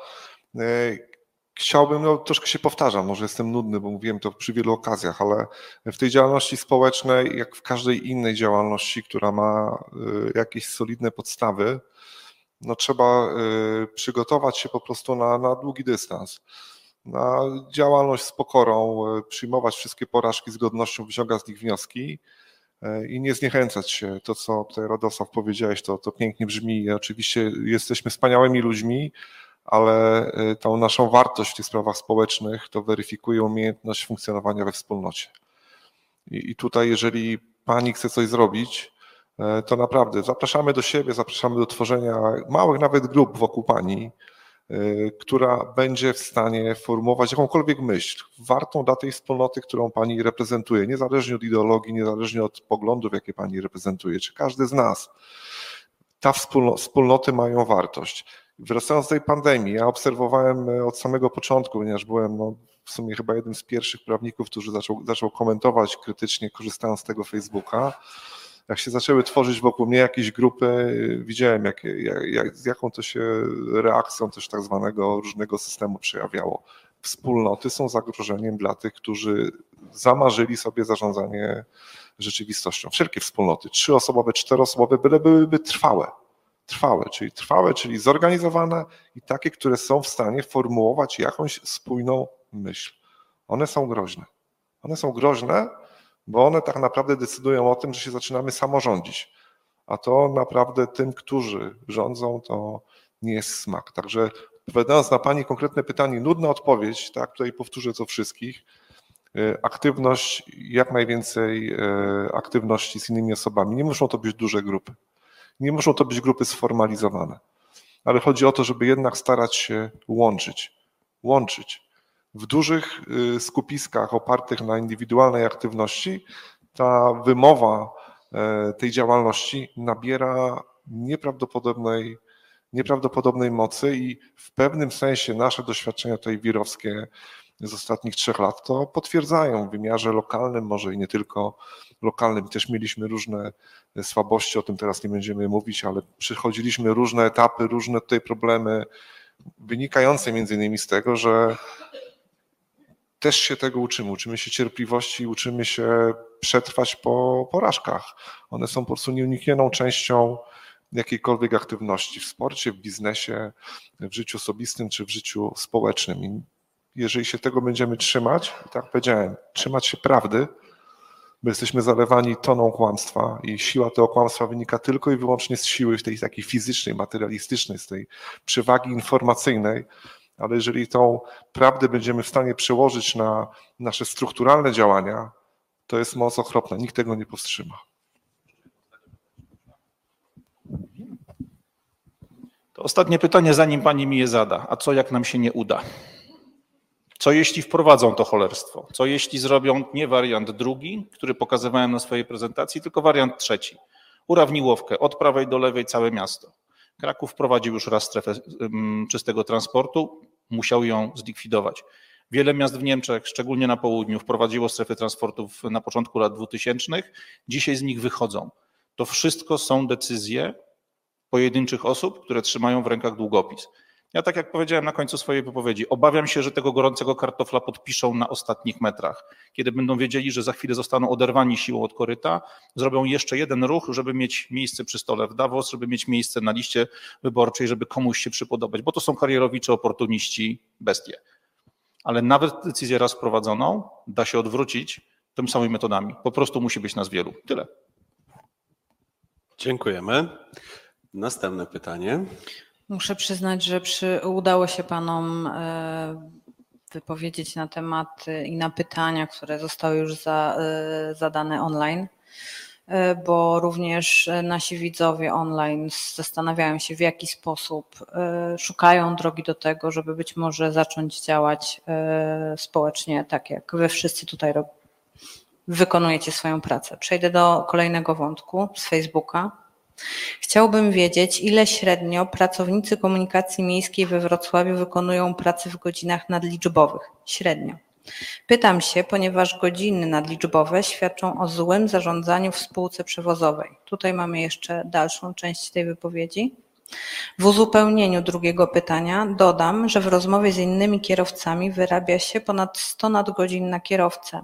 Chciałbym, troszkę się powtarzam, może jestem nudny, bo mówiłem to przy wielu okazjach, ale w tej działalności społecznej, jak w każdej innej działalności, która ma jakieś solidne podstawy, no trzeba przygotować się po prostu na długi dystans. Na działalność z pokorą, przyjmować wszystkie porażki z godnością, wyciągać z nich wnioski i nie zniechęcać się. To, co tutaj Radosław powiedziałeś, to pięknie brzmi. Oczywiście jesteśmy wspaniałymi ludźmi, ale tą naszą wartość w tych sprawach społecznych to weryfikuje umiejętność funkcjonowania we wspólnocie. I tutaj, jeżeli pani chce coś zrobić, to naprawdę zapraszamy do siebie, zapraszamy do tworzenia małych nawet grup wokół pani, która będzie w stanie formułować jakąkolwiek myśl wartą dla tej wspólnoty, którą pani reprezentuje, niezależnie od ideologii, niezależnie od poglądów, jakie pani reprezentuje, czy każdy z nas. Ta wspólnoty mają wartość. Wracając do tej pandemii, ja obserwowałem od samego początku, ponieważ byłem w sumie chyba jednym z pierwszych prawników, który zaczął komentować krytycznie, korzystając z tego Facebooka. Jak się zaczęły tworzyć wokół mnie jakieś grupy, widziałem z jaką to się reakcją też tak zwanego różnego systemu przejawiało. Wspólnoty są zagrożeniem dla tych, którzy zamarzyli sobie zarządzanie rzeczywistością. Wszelkie wspólnoty, 3-osobowe, 4-osobowe, byle byłyby trwałe, czyli zorganizowane i takie, które są w stanie formułować jakąś spójną myśl. One są groźne. One są groźne, bo one tak naprawdę decydują o tym, że się zaczynamy samorządzić. A to naprawdę tym, którzy rządzą, to nie jest smak. Także odpowiadając na pani konkretne pytanie, nudna odpowiedź, tak, tutaj powtórzę co wszystkich, aktywność, jak najwięcej aktywności z innymi osobami. Nie muszą to być duże grupy. Nie muszą to być grupy sformalizowane, ale chodzi o to, żeby jednak starać się łączyć. W dużych skupiskach opartych na indywidualnej aktywności ta wymowa tej działalności nabiera nieprawdopodobnej mocy i w pewnym sensie nasze doświadczenia tutaj wirowskie z ostatnich 3 lat to potwierdzają w wymiarze lokalnym, może i nie tylko lokalnym. Też mieliśmy różne słabości, o tym teraz nie będziemy mówić, ale przechodziliśmy różne etapy, różne tutaj problemy wynikające między innymi z tego, że też się tego uczymy się cierpliwości, uczymy się przetrwać po porażkach. One są po prostu nieuniknioną częścią jakiejkolwiek aktywności w sporcie, w biznesie, w życiu osobistym czy w życiu społecznym. I jeżeli się tego będziemy trzymać, tak jak powiedziałem, trzymać się prawdy, bo jesteśmy zalewani toną kłamstwa i siła tego kłamstwa wynika tylko i wyłącznie z siły tej takiej fizycznej, materialistycznej, z tej przewagi informacyjnej, ale jeżeli tą prawdę będziemy w stanie przełożyć na nasze strukturalne działania, to jest moc okropna, nikt tego nie powstrzyma. To ostatnie pytanie, zanim pani mi je zada. A co jak nam się nie uda? Co jeśli wprowadzą to cholerstwo? Co jeśli zrobią nie wariant drugi, który pokazywałem na swojej prezentacji, tylko wariant trzeci? Urawniłowkę od prawej do lewej całe miasto. Kraków wprowadził już raz strefę czystego transportu, musiał ją zlikwidować. Wiele miast w Niemczech, szczególnie na południu, wprowadziło strefy transportów na początku lat 2000. Dzisiaj z nich wychodzą. To wszystko są decyzje pojedynczych osób, które trzymają w rękach długopis. Ja tak jak powiedziałem na końcu swojej wypowiedzi, obawiam się, że tego gorącego kartofla podpiszą na ostatnich metrach. Kiedy będą wiedzieli, że za chwilę zostaną oderwani siłą od koryta, zrobią jeszcze jeden ruch, żeby mieć miejsce przy stole w Davos, żeby mieć miejsce na liście wyborczej, żeby komuś się przypodobać, bo to są karierowicze, oportuniści, bestie. Ale nawet decyzję raz wprowadzoną da się odwrócić tymi samymi metodami. Po prostu musi być nas wielu. Tyle. Dziękujemy. Następne pytanie. Muszę przyznać, że udało się panom wypowiedzieć na temat i na pytania, które zostały już zadane online. bo również nasi widzowie online zastanawiają się, w jaki sposób szukają drogi do tego, żeby być może zacząć działać społecznie, tak jak wy wszyscy tutaj wykonujecie swoją pracę. Przejdę do kolejnego wątku z Facebooka. Chciałbym wiedzieć, ile średnio pracownicy komunikacji miejskiej we Wrocławiu wykonują pracę w godzinach nadliczbowych. Średnio. Pytam się, ponieważ godziny nadliczbowe świadczą o złym zarządzaniu w spółce przewozowej. Tutaj mamy jeszcze dalszą część tej wypowiedzi. W uzupełnieniu drugiego pytania dodam, że w rozmowie z innymi kierowcami wyrabia się ponad 100 nadgodzin na kierowcę.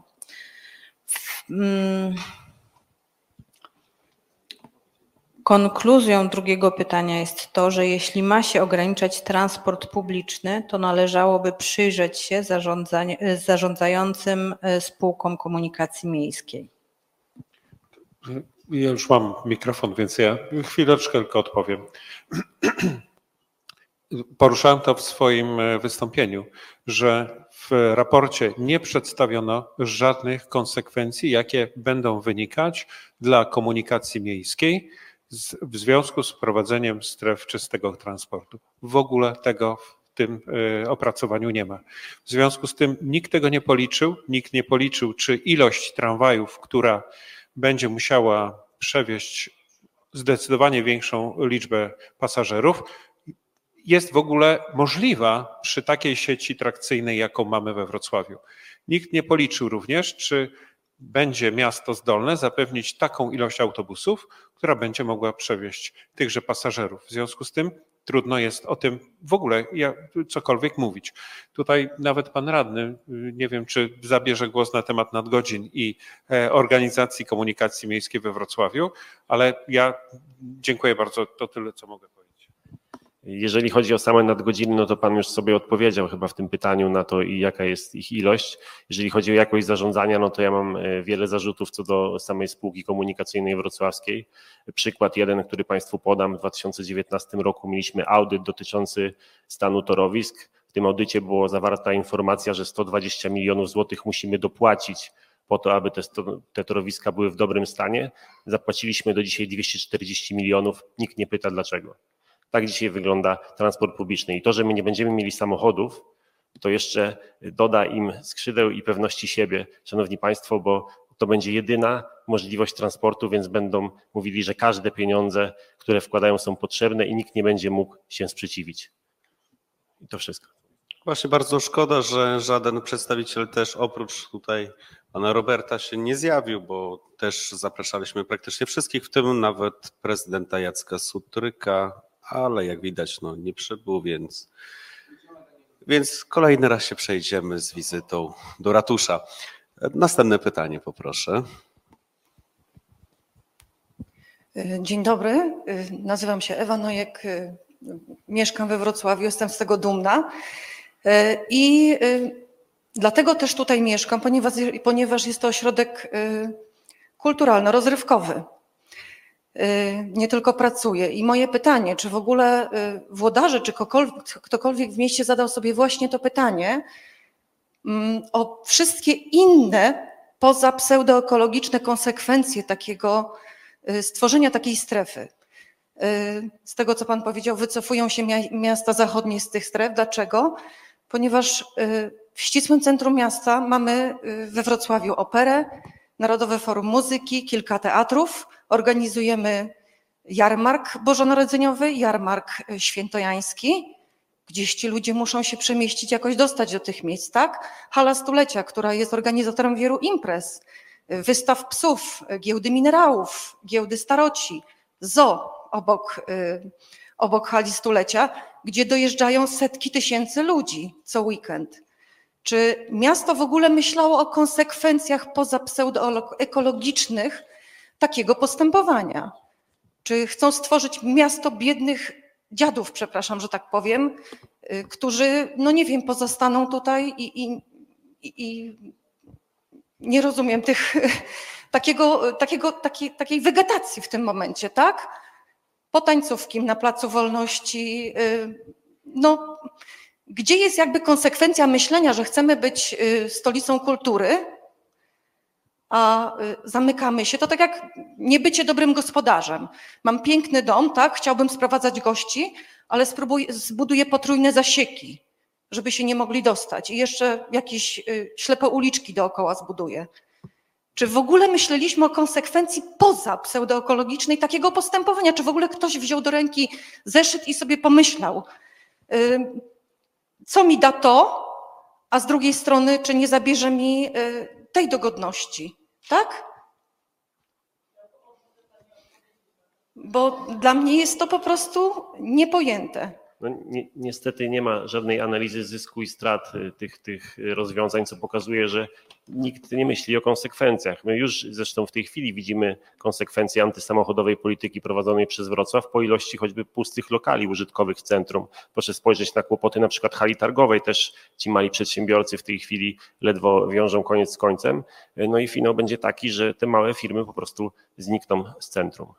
Konkluzją drugiego pytania jest to, że jeśli ma się ograniczać transport publiczny, to należałoby przyjrzeć się zarządzającym spółkom komunikacji miejskiej. Ja już mam mikrofon, więc ja chwileczkę tylko odpowiem. Poruszałem to w swoim wystąpieniu, że w raporcie nie przedstawiono żadnych konsekwencji, jakie będą wynikać dla komunikacji miejskiej w związku z wprowadzeniem stref czystego transportu. W ogóle tego w tym opracowaniu nie ma. W związku z tym nikt tego nie policzył, nikt nie policzył, czy ilość tramwajów, która będzie musiała przewieźć zdecydowanie większą liczbę pasażerów, jest w ogóle możliwa przy takiej sieci trakcyjnej, jaką mamy we Wrocławiu. Nikt nie policzył również, czy będzie miasto zdolne zapewnić taką ilość autobusów, która będzie mogła przewieźć tychże pasażerów. W związku z tym trudno jest o tym w ogóle cokolwiek mówić. Tutaj nawet pan radny, nie wiem, czy zabierze głos na temat nadgodzin i organizacji komunikacji miejskiej we Wrocławiu, ale ja dziękuję bardzo, to tyle, co mogę powiedzieć. Jeżeli chodzi o same nadgodziny, no to pan już sobie odpowiedział chyba w tym pytaniu na to i jaka jest ich ilość. Jeżeli chodzi o jakość zarządzania, no to ja mam wiele zarzutów co do samej spółki komunikacyjnej wrocławskiej. Przykład jeden, który państwu podam. W 2019 roku mieliśmy audyt dotyczący stanu torowisk. W tym audycie była zawarta informacja, że 120 milionów złotych musimy dopłacić po to, aby te torowiska były w dobrym stanie. Zapłaciliśmy do dzisiaj 240 milionów. Nikt nie pyta dlaczego. Tak dzisiaj wygląda transport publiczny i to, że my nie będziemy mieli samochodów, to jeszcze doda im skrzydeł i pewności siebie, szanowni państwo, bo to będzie jedyna możliwość transportu, więc będą mówili, że każde pieniądze, które wkładają, są potrzebne i nikt nie będzie mógł się sprzeciwić. I to wszystko. Właśnie bardzo szkoda, że żaden przedstawiciel też oprócz tutaj pana Roberta się nie zjawił, bo też zapraszaliśmy praktycznie wszystkich, w tym nawet prezydenta Jacka Sutryka, ale jak widać, no nie przybył, więc kolejny raz się przejdziemy z wizytą do ratusza. Następne pytanie poproszę. Dzień dobry, nazywam się Ewa Nojek, mieszkam we Wrocławiu, jestem z tego dumna i dlatego też tutaj mieszkam, ponieważ jest to ośrodek kulturalno-rozrywkowy. Nie tylko pracuję. I moje pytanie, czy w ogóle włodarze, czy ktokolwiek w mieście zadał sobie właśnie to pytanie o wszystkie inne poza pseudoekologiczne konsekwencje takiego stworzenia takiej strefy. Z tego, co pan powiedział, wycofują się miasta zachodnie z tych stref. Dlaczego? Ponieważ w ścisłym centrum miasta mamy we Wrocławiu operę, Narodowe Forum Muzyki, kilka teatrów. Organizujemy jarmark bożonarodzeniowy, jarmark świętojański. Gdzieś ci ludzie muszą się przemieścić, jakoś dostać do tych miejsc, tak? Hala Stulecia, która jest organizatorem wielu imprez, wystaw psów, giełdy minerałów, giełdy staroci, zoo obok Hali Stulecia, gdzie dojeżdżają setki tysięcy ludzi co weekend. Czy miasto w ogóle myślało o konsekwencjach poza pseudoekologicznych takiego postępowania? Czy chcą stworzyć miasto biednych dziadów, przepraszam, że tak powiem, którzy, no nie wiem, pozostaną tutaj i nie rozumiem takiej wegetacji w tym momencie, tak? Po tańcówkim na Placu Wolności, no gdzie jest jakby konsekwencja myślenia, że chcemy być stolicą kultury, a zamykamy się. To tak jak nie bycie dobrym gospodarzem. Mam piękny dom, tak, chciałbym sprowadzać gości, ale zbuduję potrójne zasieki, żeby się nie mogli dostać i jeszcze jakieś ślepe uliczki dookoła zbuduję. Czy w ogóle myśleliśmy o konsekwencji poza pseudoekologicznej takiego postępowania? Czy w ogóle ktoś wziął do ręki zeszyt i sobie pomyślał, co mi da to, a z drugiej strony, czy nie zabierze mi tej dogodności, tak? Bo dla mnie jest to po prostu niepojęte. No, niestety nie ma żadnej analizy zysku i strat tych rozwiązań, co pokazuje, że nikt nie myśli o konsekwencjach. My już zresztą w tej chwili widzimy konsekwencje antysamochodowej polityki prowadzonej przez Wrocław po ilości choćby pustych lokali użytkowych w centrum. Proszę spojrzeć na kłopoty na przykład hali targowej, też ci mali przedsiębiorcy w tej chwili ledwo wiążą koniec z końcem. No i finał będzie taki, że te małe firmy po prostu znikną z centrum.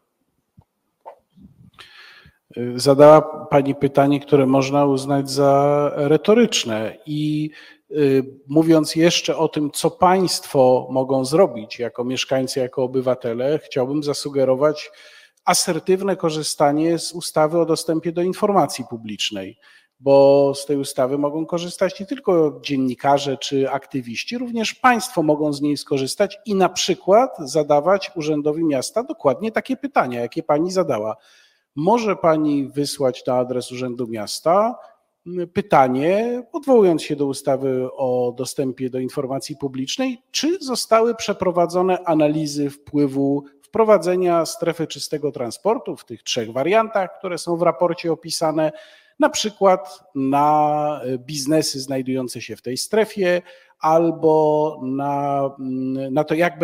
Zadała Pani pytanie, które można uznać za retoryczne i mówiąc jeszcze o tym, co państwo mogą zrobić jako mieszkańcy, jako obywatele, chciałbym zasugerować asertywne korzystanie z ustawy o dostępie do informacji publicznej, bo z tej ustawy mogą korzystać nie tylko dziennikarze czy aktywiści, również państwo mogą z niej skorzystać i na przykład zadawać Urzędowi Miasta dokładnie takie pytania, jakie Pani zadała. Może Pani wysłać na adres Urzędu Miasta pytanie, odwołując się do ustawy o dostępie do informacji publicznej, czy zostały przeprowadzone analizy wpływu wprowadzenia strefy czystego transportu w tych 3 wariantach, które są w raporcie opisane, na przykład na biznesy znajdujące się w tej strefie, albo na to, jak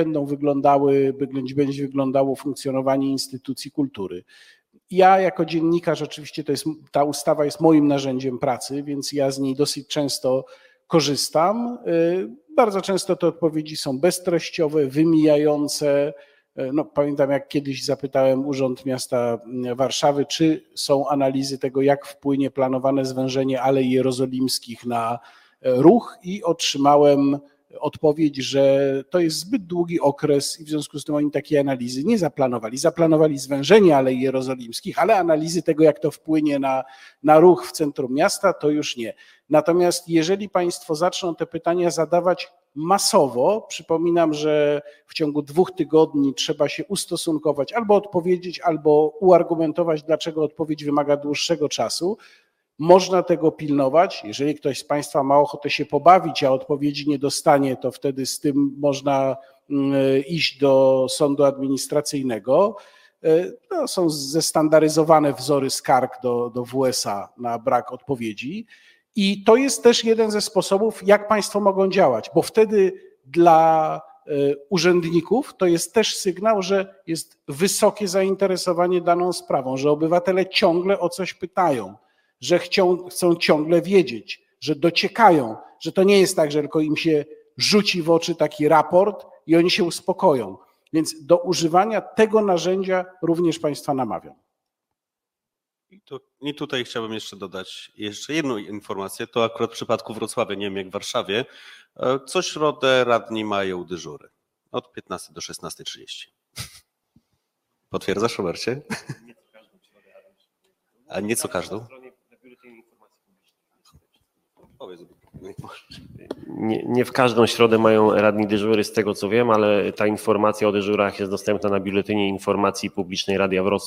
będzie wyglądało funkcjonowanie instytucji kultury. Ja jako dziennikarz, oczywiście ta ustawa jest moim narzędziem pracy, więc ja z niej dosyć często korzystam. Bardzo często te odpowiedzi są beztreściowe, wymijające. No, pamiętam, jak kiedyś zapytałem Urząd Miasta Warszawy, czy są analizy tego, jak wpłynie planowane zwężenie Alei Jerozolimskich na ruch, i otrzymałem odpowiedź, że to jest zbyt długi okres i w związku z tym oni takiej analizy nie zaplanowali. Zaplanowali zwężenie Alei Jerozolimskich, ale analizy tego, jak to wpłynie na ruch w centrum miasta, to już nie. Natomiast jeżeli państwo zaczną te pytania zadawać masowo, przypominam, że w ciągu 2 tygodni trzeba się ustosunkować, albo odpowiedzieć, albo uargumentować, dlaczego odpowiedź wymaga dłuższego czasu. Można tego pilnować. Jeżeli ktoś z państwa ma ochotę się pobawić, a odpowiedzi nie dostanie, to wtedy z tym można iść do sądu administracyjnego. No, są zestandaryzowane wzory skarg do WSA na brak odpowiedzi. I to jest też jeden ze sposobów, jak państwo mogą działać, bo wtedy dla urzędników to jest też sygnał, że jest wysokie zainteresowanie daną sprawą, że obywatele ciągle o coś pytają, że chcą ciągle wiedzieć, że dociekają, że to nie jest tak, że tylko im się rzuci w oczy taki raport i oni się uspokoją. Więc do używania tego narzędzia również państwa namawiam. I tutaj chciałbym jeszcze dodać jedną informację. To akurat w przypadku Wrocławia, nie wiem jak w Warszawie. Co środę radni mają dyżury od 15 do 16:30. Potwierdzasz, Robercie? A nie co każdą? Nie w każdą środę mają radni dyżury, z tego co wiem, ale ta informacja o dyżurach jest dostępna na biuletynie informacji publicznej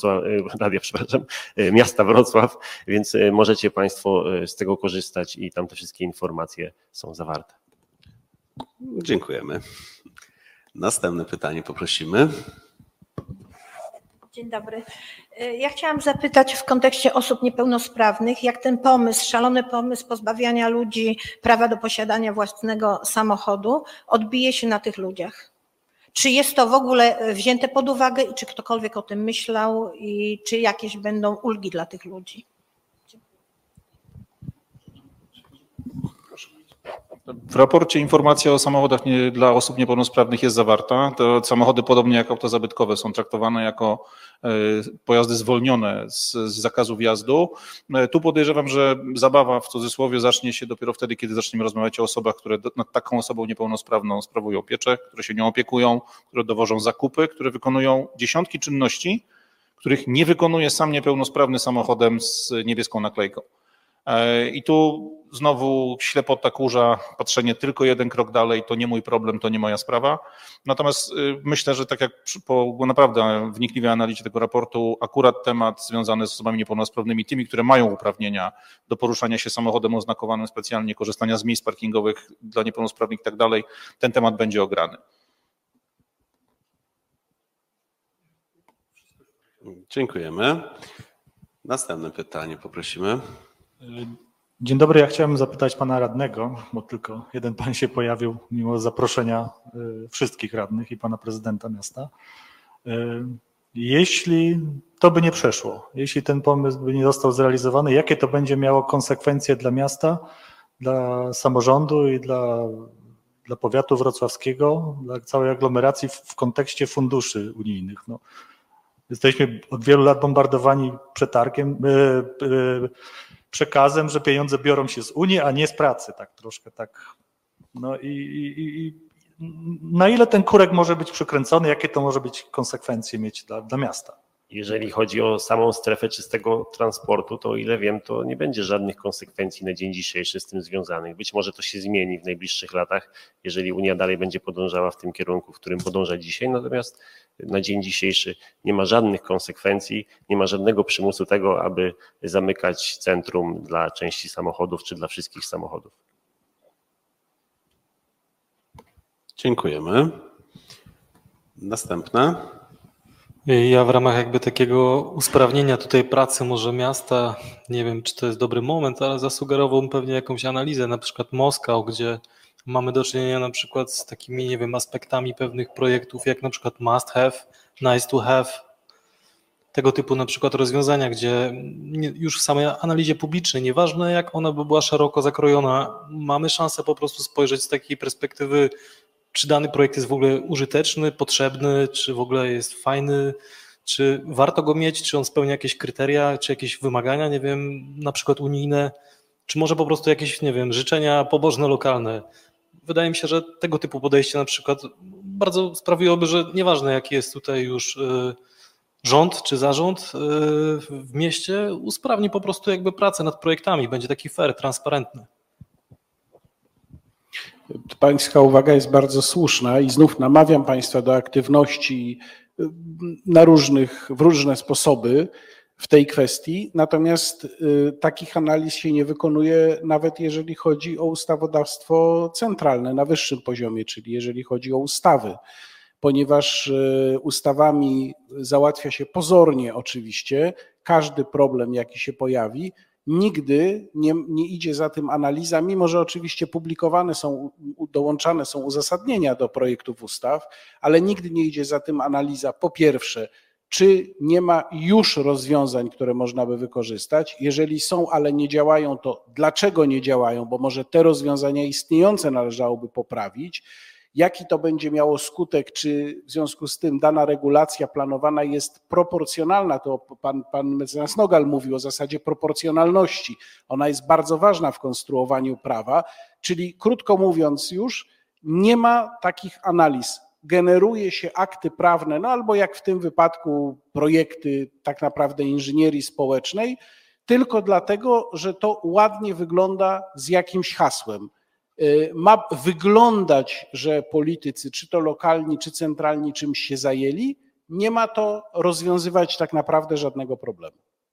Miasta Wrocław, więc możecie państwo z tego korzystać i tam te wszystkie informacje są zawarte. Dziękujemy. Następne pytanie poprosimy. Dzień dobry. Ja chciałam zapytać w kontekście osób niepełnosprawnych, jak ten pomysł, szalony pomysł pozbawiania ludzi prawa do posiadania własnego samochodu odbije się na tych ludziach. Czy jest to w ogóle wzięte pod uwagę i czy ktokolwiek o tym myślał i czy jakieś będą ulgi dla tych ludzi? W raporcie informacja o samochodach dla osób niepełnosprawnych jest zawarta. Te samochody, podobnie jak auta zabytkowe, są traktowane jako pojazdy zwolnione z zakazu wjazdu. Tu podejrzewam, że zabawa w cudzysłowie zacznie się dopiero wtedy, kiedy zaczniemy rozmawiać o osobach, które nad taką osobą niepełnosprawną sprawują pieczę, które się nią opiekują, które dowożą zakupy, które wykonują dziesiątki czynności, których nie wykonuje sam niepełnosprawny samochodem z niebieską naklejką. I tu znowu ślepota kurza, patrzenie tylko jeden krok dalej, to nie mój problem, to nie moja sprawa. Natomiast myślę, że tak jak po naprawdę wnikliwej analizie tego raportu, akurat temat związany z osobami niepełnosprawnymi, tymi, które mają uprawnienia do poruszania się samochodem oznakowanym specjalnie, korzystania z miejsc parkingowych dla niepełnosprawnych i tak dalej, ten temat będzie ograny. Dziękujemy. Następne pytanie poprosimy. Dzień dobry, ja chciałem zapytać pana radnego, bo tylko jeden pan się pojawił mimo zaproszenia wszystkich radnych i pana prezydenta miasta. Jeśli to by nie przeszło, jeśli ten pomysł by nie został zrealizowany, jakie to będzie miało konsekwencje dla miasta, dla samorządu i dla powiatu wrocławskiego, dla całej aglomeracji w kontekście funduszy unijnych? No, jesteśmy od wielu lat bombardowani przetargiem, przekazem, że pieniądze biorą się z Unii, a nie z pracy, tak troszkę tak. No i na ile ten kurek może być przykręcony, jakie to może być konsekwencje mieć dla miasta? Jeżeli chodzi o samą strefę czystego transportu, to o ile wiem, to nie będzie żadnych konsekwencji na dzień dzisiejszy z tym związanych. Być może to się zmieni w najbliższych latach, jeżeli Unia dalej będzie podążała w tym kierunku, w którym podąża dzisiaj, natomiast na dzień dzisiejszy nie ma żadnych konsekwencji, nie ma żadnego przymusu tego, aby zamykać centrum dla części samochodów czy dla wszystkich samochodów. Dziękujemy. Następne. Ja w ramach jakby takiego usprawnienia tutaj pracy może miasta, nie wiem czy to jest dobry moment, ale zasugerowałbym pewnie jakąś analizę, na przykład Moskał, gdzie mamy do czynienia na przykład z takimi, nie wiem, aspektami pewnych projektów, jak na przykład must have, nice to have, tego typu na przykład rozwiązania, gdzie już w samej analizie publicznej, nieważne jak ona by była szeroko zakrojona, mamy szansę po prostu spojrzeć z takiej perspektywy, czy dany projekt jest w ogóle użyteczny, potrzebny, czy w ogóle jest fajny, czy warto go mieć, czy on spełnia jakieś kryteria, czy jakieś wymagania, nie wiem, na przykład unijne, czy może po prostu jakieś, nie wiem, życzenia pobożne, lokalne. Wydaje mi się, że tego typu podejście na przykład bardzo sprawiłoby, że nieważne jaki jest tutaj już rząd czy zarząd w mieście, usprawni po prostu jakby pracę nad projektami, będzie taki fair, transparentny. Pańska uwaga jest bardzo słuszna i znów namawiam Państwa do aktywności w różne sposoby w tej kwestii, natomiast takich analiz się nie wykonuje nawet jeżeli chodzi o ustawodawstwo centralne na wyższym poziomie, czyli jeżeli chodzi o ustawy, ponieważ ustawami załatwia się pozornie oczywiście każdy problem, jaki się pojawi. Nigdy nie idzie za tym analiza, mimo że oczywiście publikowane są, dołączane są uzasadnienia do projektów ustaw, ale nigdy nie idzie za tym analiza, po pierwsze, czy nie ma już rozwiązań, które można by wykorzystać. Jeżeli są, ale nie działają, to dlaczego nie działają, bo może te rozwiązania istniejące należałoby poprawić. Jaki to będzie miało skutek, czy w związku z tym dana regulacja planowana jest proporcjonalna, to pan mecenas Nogal mówił o zasadzie proporcjonalności. Ona jest bardzo ważna w konstruowaniu prawa, czyli krótko mówiąc już nie ma takich analiz. Generuje się akty prawne, no albo jak w tym wypadku projekty tak naprawdę inżynierii społecznej, tylko dlatego, że to ładnie wygląda z jakimś hasłem. Ma wyglądać, że politycy, czy to lokalni, czy centralni, czymś się zajęli, nie ma to rozwiązywać tak naprawdę żadnego problemu.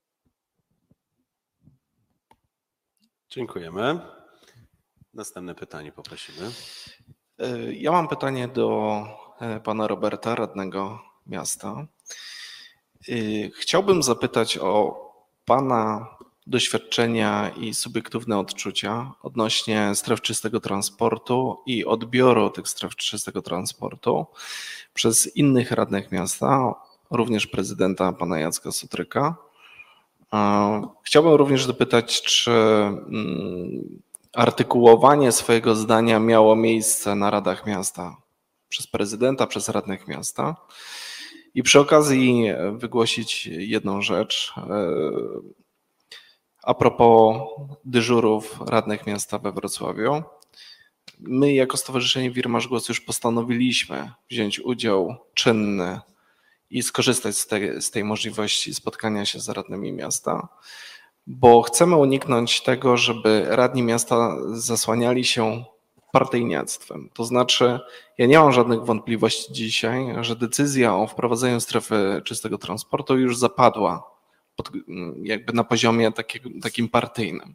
Dziękujemy. Następne pytanie poprosimy. Ja mam pytanie do pana Roberta, radnego miasta. Chciałbym zapytać o pana doświadczenia i subiektywne odczucia odnośnie stref czystego transportu i odbioru tych stref czystego transportu przez innych radnych miasta, również prezydenta pana Jacka Sutryka. Chciałbym również dopytać, czy artykułowanie swojego zdania miało miejsce na radach miasta przez prezydenta, przez radnych miasta. I przy okazji wygłosić jedną rzecz a propos dyżurów radnych miasta we Wrocławiu. My jako Stowarzyszenie Wir Masz Głos już postanowiliśmy wziąć udział czynny i skorzystać z tej możliwości spotkania się z radnymi miasta, bo chcemy uniknąć tego, żeby radni miasta zasłaniali się partyjniactwem. To znaczy, ja nie mam żadnych wątpliwości dzisiaj, że decyzja o wprowadzeniu strefy czystego transportu już zapadła jakby na poziomie takim partyjnym.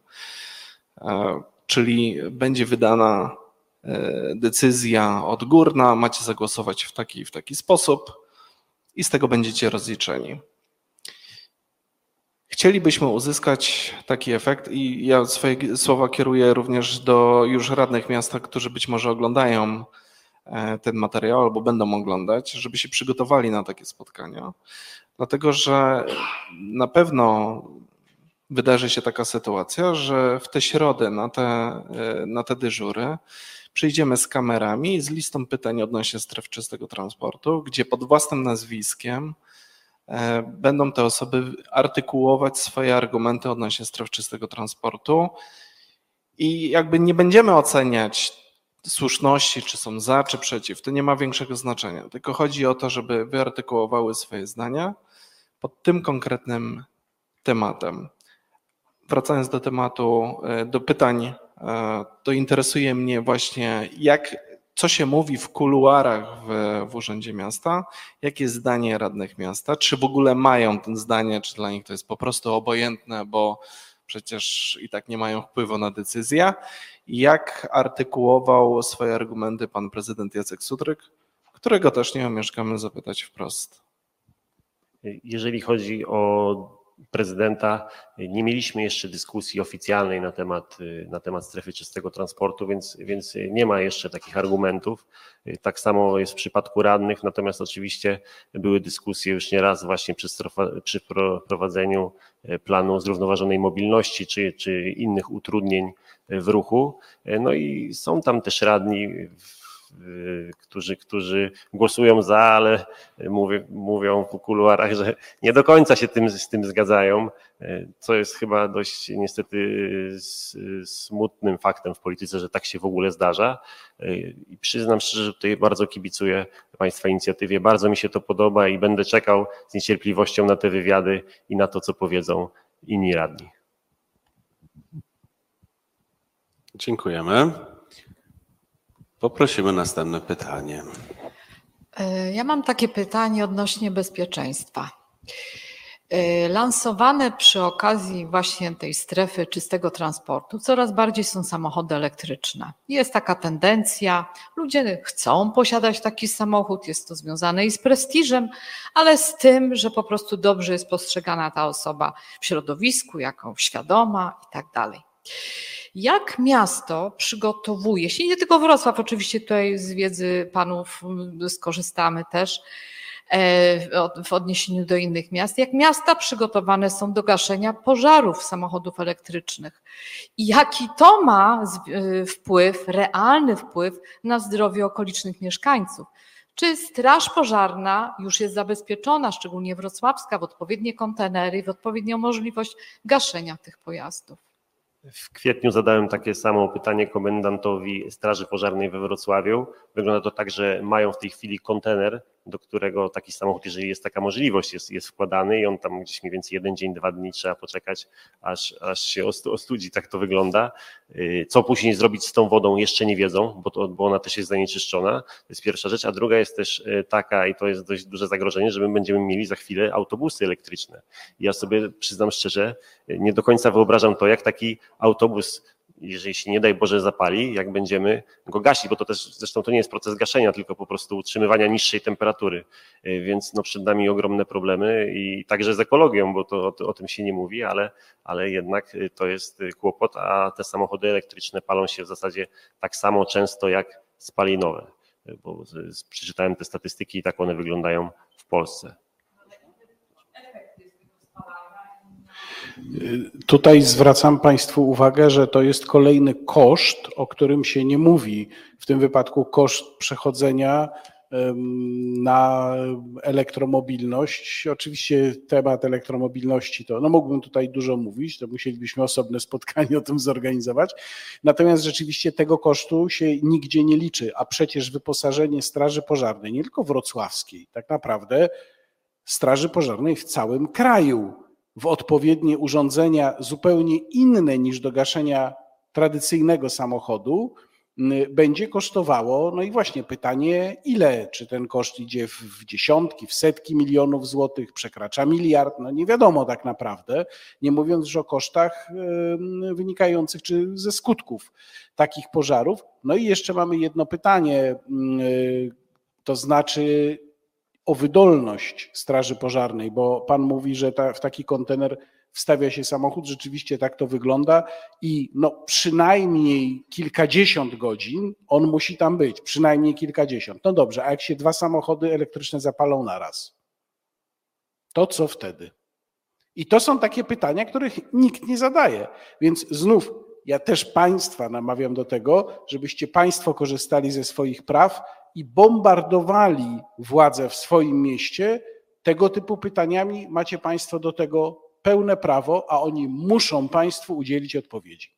Czyli będzie wydana decyzja odgórna, macie zagłosować w taki sposób i z tego będziecie rozliczeni. Chcielibyśmy uzyskać taki efekt i ja swoje słowa kieruję również do już radnych miasta, którzy być może oglądają ten materiał albo będą oglądać, żeby się przygotowali na takie spotkania, dlatego że na pewno wydarzy się taka sytuacja, że w te środy na te dyżury przyjdziemy z kamerami, z listą pytań odnośnie stref czystego transportu, gdzie pod własnym nazwiskiem będą te osoby artykułować swoje argumenty odnośnie stref czystego transportu i jakby nie będziemy oceniać słuszności, czy są za, czy przeciw. To nie ma większego znaczenia, tylko chodzi o to, żeby wyartykułowały swoje zdania pod tym konkretnym tematem. Wracając do tematu, do pytań, to interesuje mnie właśnie, co się mówi w kuluarach w Urzędzie Miasta, jakie jest zdanie radnych miasta, czy w ogóle mają to zdanie, czy dla nich to jest po prostu obojętne, bo przecież i tak nie mają wpływu na decyzję. Jak artykułował swoje argumenty pan prezydent Jacek Sutryk, którego też nie omieszkamy zapytać wprost. Jeżeli chodzi o prezydenta, nie mieliśmy jeszcze dyskusji oficjalnej na temat strefy czystego transportu, więc nie ma jeszcze takich argumentów. Tak samo jest w przypadku radnych, natomiast oczywiście były dyskusje już nieraz właśnie przy prowadzeniu planu zrównoważonej mobilności czy innych utrudnień w ruchu. No i są tam też radni, którzy głosują za, ale mówią w kuluarach, że nie do końca się z tym zgadzają, co jest chyba dość niestety smutnym faktem w polityce, że tak się w ogóle zdarza. I przyznam szczerze, że tutaj bardzo kibicuję Państwa inicjatywie, bardzo mi się to podoba i będę czekał z niecierpliwością na te wywiady i na to, co powiedzą inni radni. Dziękujemy. Poprosimy następne pytanie. Ja mam takie pytanie odnośnie bezpieczeństwa. Lansowane przy okazji właśnie tej strefy czystego transportu coraz bardziej są samochody elektryczne. Jest taka tendencja, ludzie chcą posiadać taki samochód, jest to związane i z prestiżem, ale z tym, że po prostu dobrze jest postrzegana ta osoba w środowisku, jako świadoma i tak dalej. Jak miasto przygotowuje się, nie tylko Wrocław, oczywiście tutaj z wiedzy panów skorzystamy też w odniesieniu do innych miast, jak miasta przygotowane są do gaszenia pożarów samochodów elektrycznych i jaki to ma wpływ, realny wpływ na zdrowie okolicznych mieszkańców. Czy straż pożarna już jest zabezpieczona, szczególnie wrocławska, w odpowiednie kontenery, w odpowiednią możliwość gaszenia tych pojazdów? W kwietniu zadałem takie samo pytanie komendantowi Straży Pożarnej we Wrocławiu. Wygląda to tak, że mają w tej chwili kontener, do którego taki samochód, jeżeli jest taka możliwość, jest wkładany i on tam gdzieś mniej więcej 1 dzień, 2 dni trzeba poczekać, aż się ostudzi, tak to wygląda. Co później zrobić z tą wodą jeszcze nie wiedzą, bo ona też jest zanieczyszczona. To jest pierwsza rzecz, a druga jest też taka, i to jest dość duże zagrożenie, że my będziemy mieli za chwilę autobusy elektryczne. I ja sobie przyznam szczerze, nie do końca wyobrażam to, jak taki autobus, jeżeli się nie daj Boże zapali, jak będziemy go gasić, bo to też zresztą to nie jest proces gaszenia, tylko po prostu utrzymywania niższej temperatury, więc no przed nami ogromne problemy i także z ekologią, bo to o tym się nie mówi, ale jednak to jest kłopot, a te samochody elektryczne palą się w zasadzie tak samo często jak spalinowe, bo przeczytałem te statystyki i tak one wyglądają w Polsce. Tutaj zwracam Państwu uwagę, że to jest kolejny koszt, o którym się nie mówi. W tym wypadku koszt przechodzenia na elektromobilność. Oczywiście temat elektromobilności to, no mógłbym tutaj dużo mówić, to musielibyśmy osobne spotkanie o tym zorganizować. Natomiast rzeczywiście tego kosztu się nigdzie nie liczy, a przecież wyposażenie Straży Pożarnej, nie tylko wrocławskiej, tak naprawdę Straży Pożarnej w całym kraju w odpowiednie urządzenia zupełnie inne niż do gaszenia tradycyjnego samochodu będzie kosztowało, no i właśnie pytanie ile, czy ten koszt idzie w dziesiątki, w setki milionów złotych, przekracza miliard, no nie wiadomo tak naprawdę, nie mówiąc już o kosztach wynikających czy ze skutków takich pożarów. No i jeszcze mamy jedno pytanie, to znaczy o wydolność Straży Pożarnej, bo Pan mówi, że w taki kontener wstawia się samochód, rzeczywiście tak to wygląda i no przynajmniej kilkadziesiąt godzin on musi tam być, przynajmniej kilkadziesiąt. No dobrze, a jak się 2 samochody elektryczne zapalą naraz, to co wtedy? I to są takie pytania, których nikt nie zadaje, więc znów ja też Państwa namawiam do tego, żebyście Państwo korzystali ze swoich praw i bombardowali władzę w swoim mieście tego typu pytaniami. Macie Państwo do tego pełne prawo, a oni muszą Państwu udzielić odpowiedzi.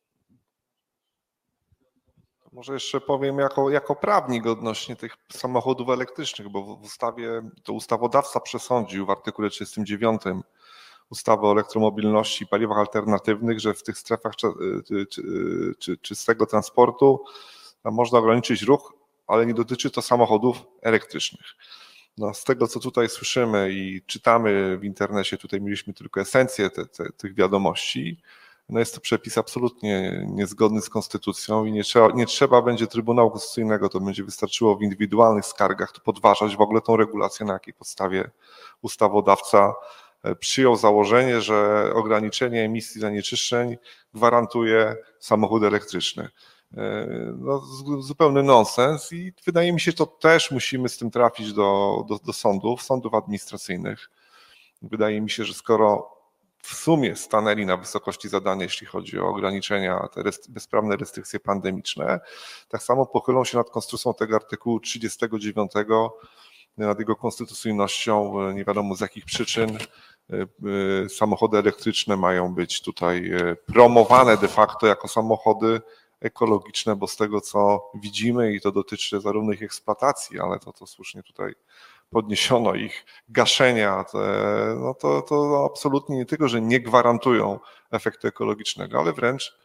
Może jeszcze powiem jako prawnik odnośnie tych samochodów elektrycznych, bo w ustawie to ustawodawca przesądził w artykule 39 ustawy o elektromobilności i paliwach alternatywnych, że w tych strefach czystego transportu można ograniczyć ruch, ale nie dotyczy to samochodów elektrycznych. No, z tego, co tutaj słyszymy i czytamy w internecie, tutaj mieliśmy tylko esencję tych wiadomości, no jest to przepis absolutnie niezgodny z konstytucją i nie trzeba będzie Trybunału Konstytucyjnego, to będzie wystarczyło w indywidualnych skargach to podważać w ogóle tą regulację, na jakiej podstawie ustawodawca przyjął założenie, że ograniczenie emisji zanieczyszczeń gwarantuje samochód elektryczny. No, zupełny nonsens i wydaje mi się, że to też musimy z tym trafić do sądów administracyjnych. Wydaje mi się, że skoro w sumie stanęli na wysokości zadania, jeśli chodzi o ograniczenia, te bezprawne restrykcje pandemiczne, tak samo pochylą się nad konstrukcją tego artykułu 39, nad jego konstytucyjnością, nie wiadomo z jakich przyczyn. Samochody elektryczne mają być tutaj promowane de facto jako samochody ekologiczne, bo z tego co widzimy i to dotyczy zarówno ich eksploatacji, ale to co słusznie tutaj podniesiono, ich gaszenia, no to absolutnie nie tylko, że nie gwarantują efektu ekologicznego, ale wręcz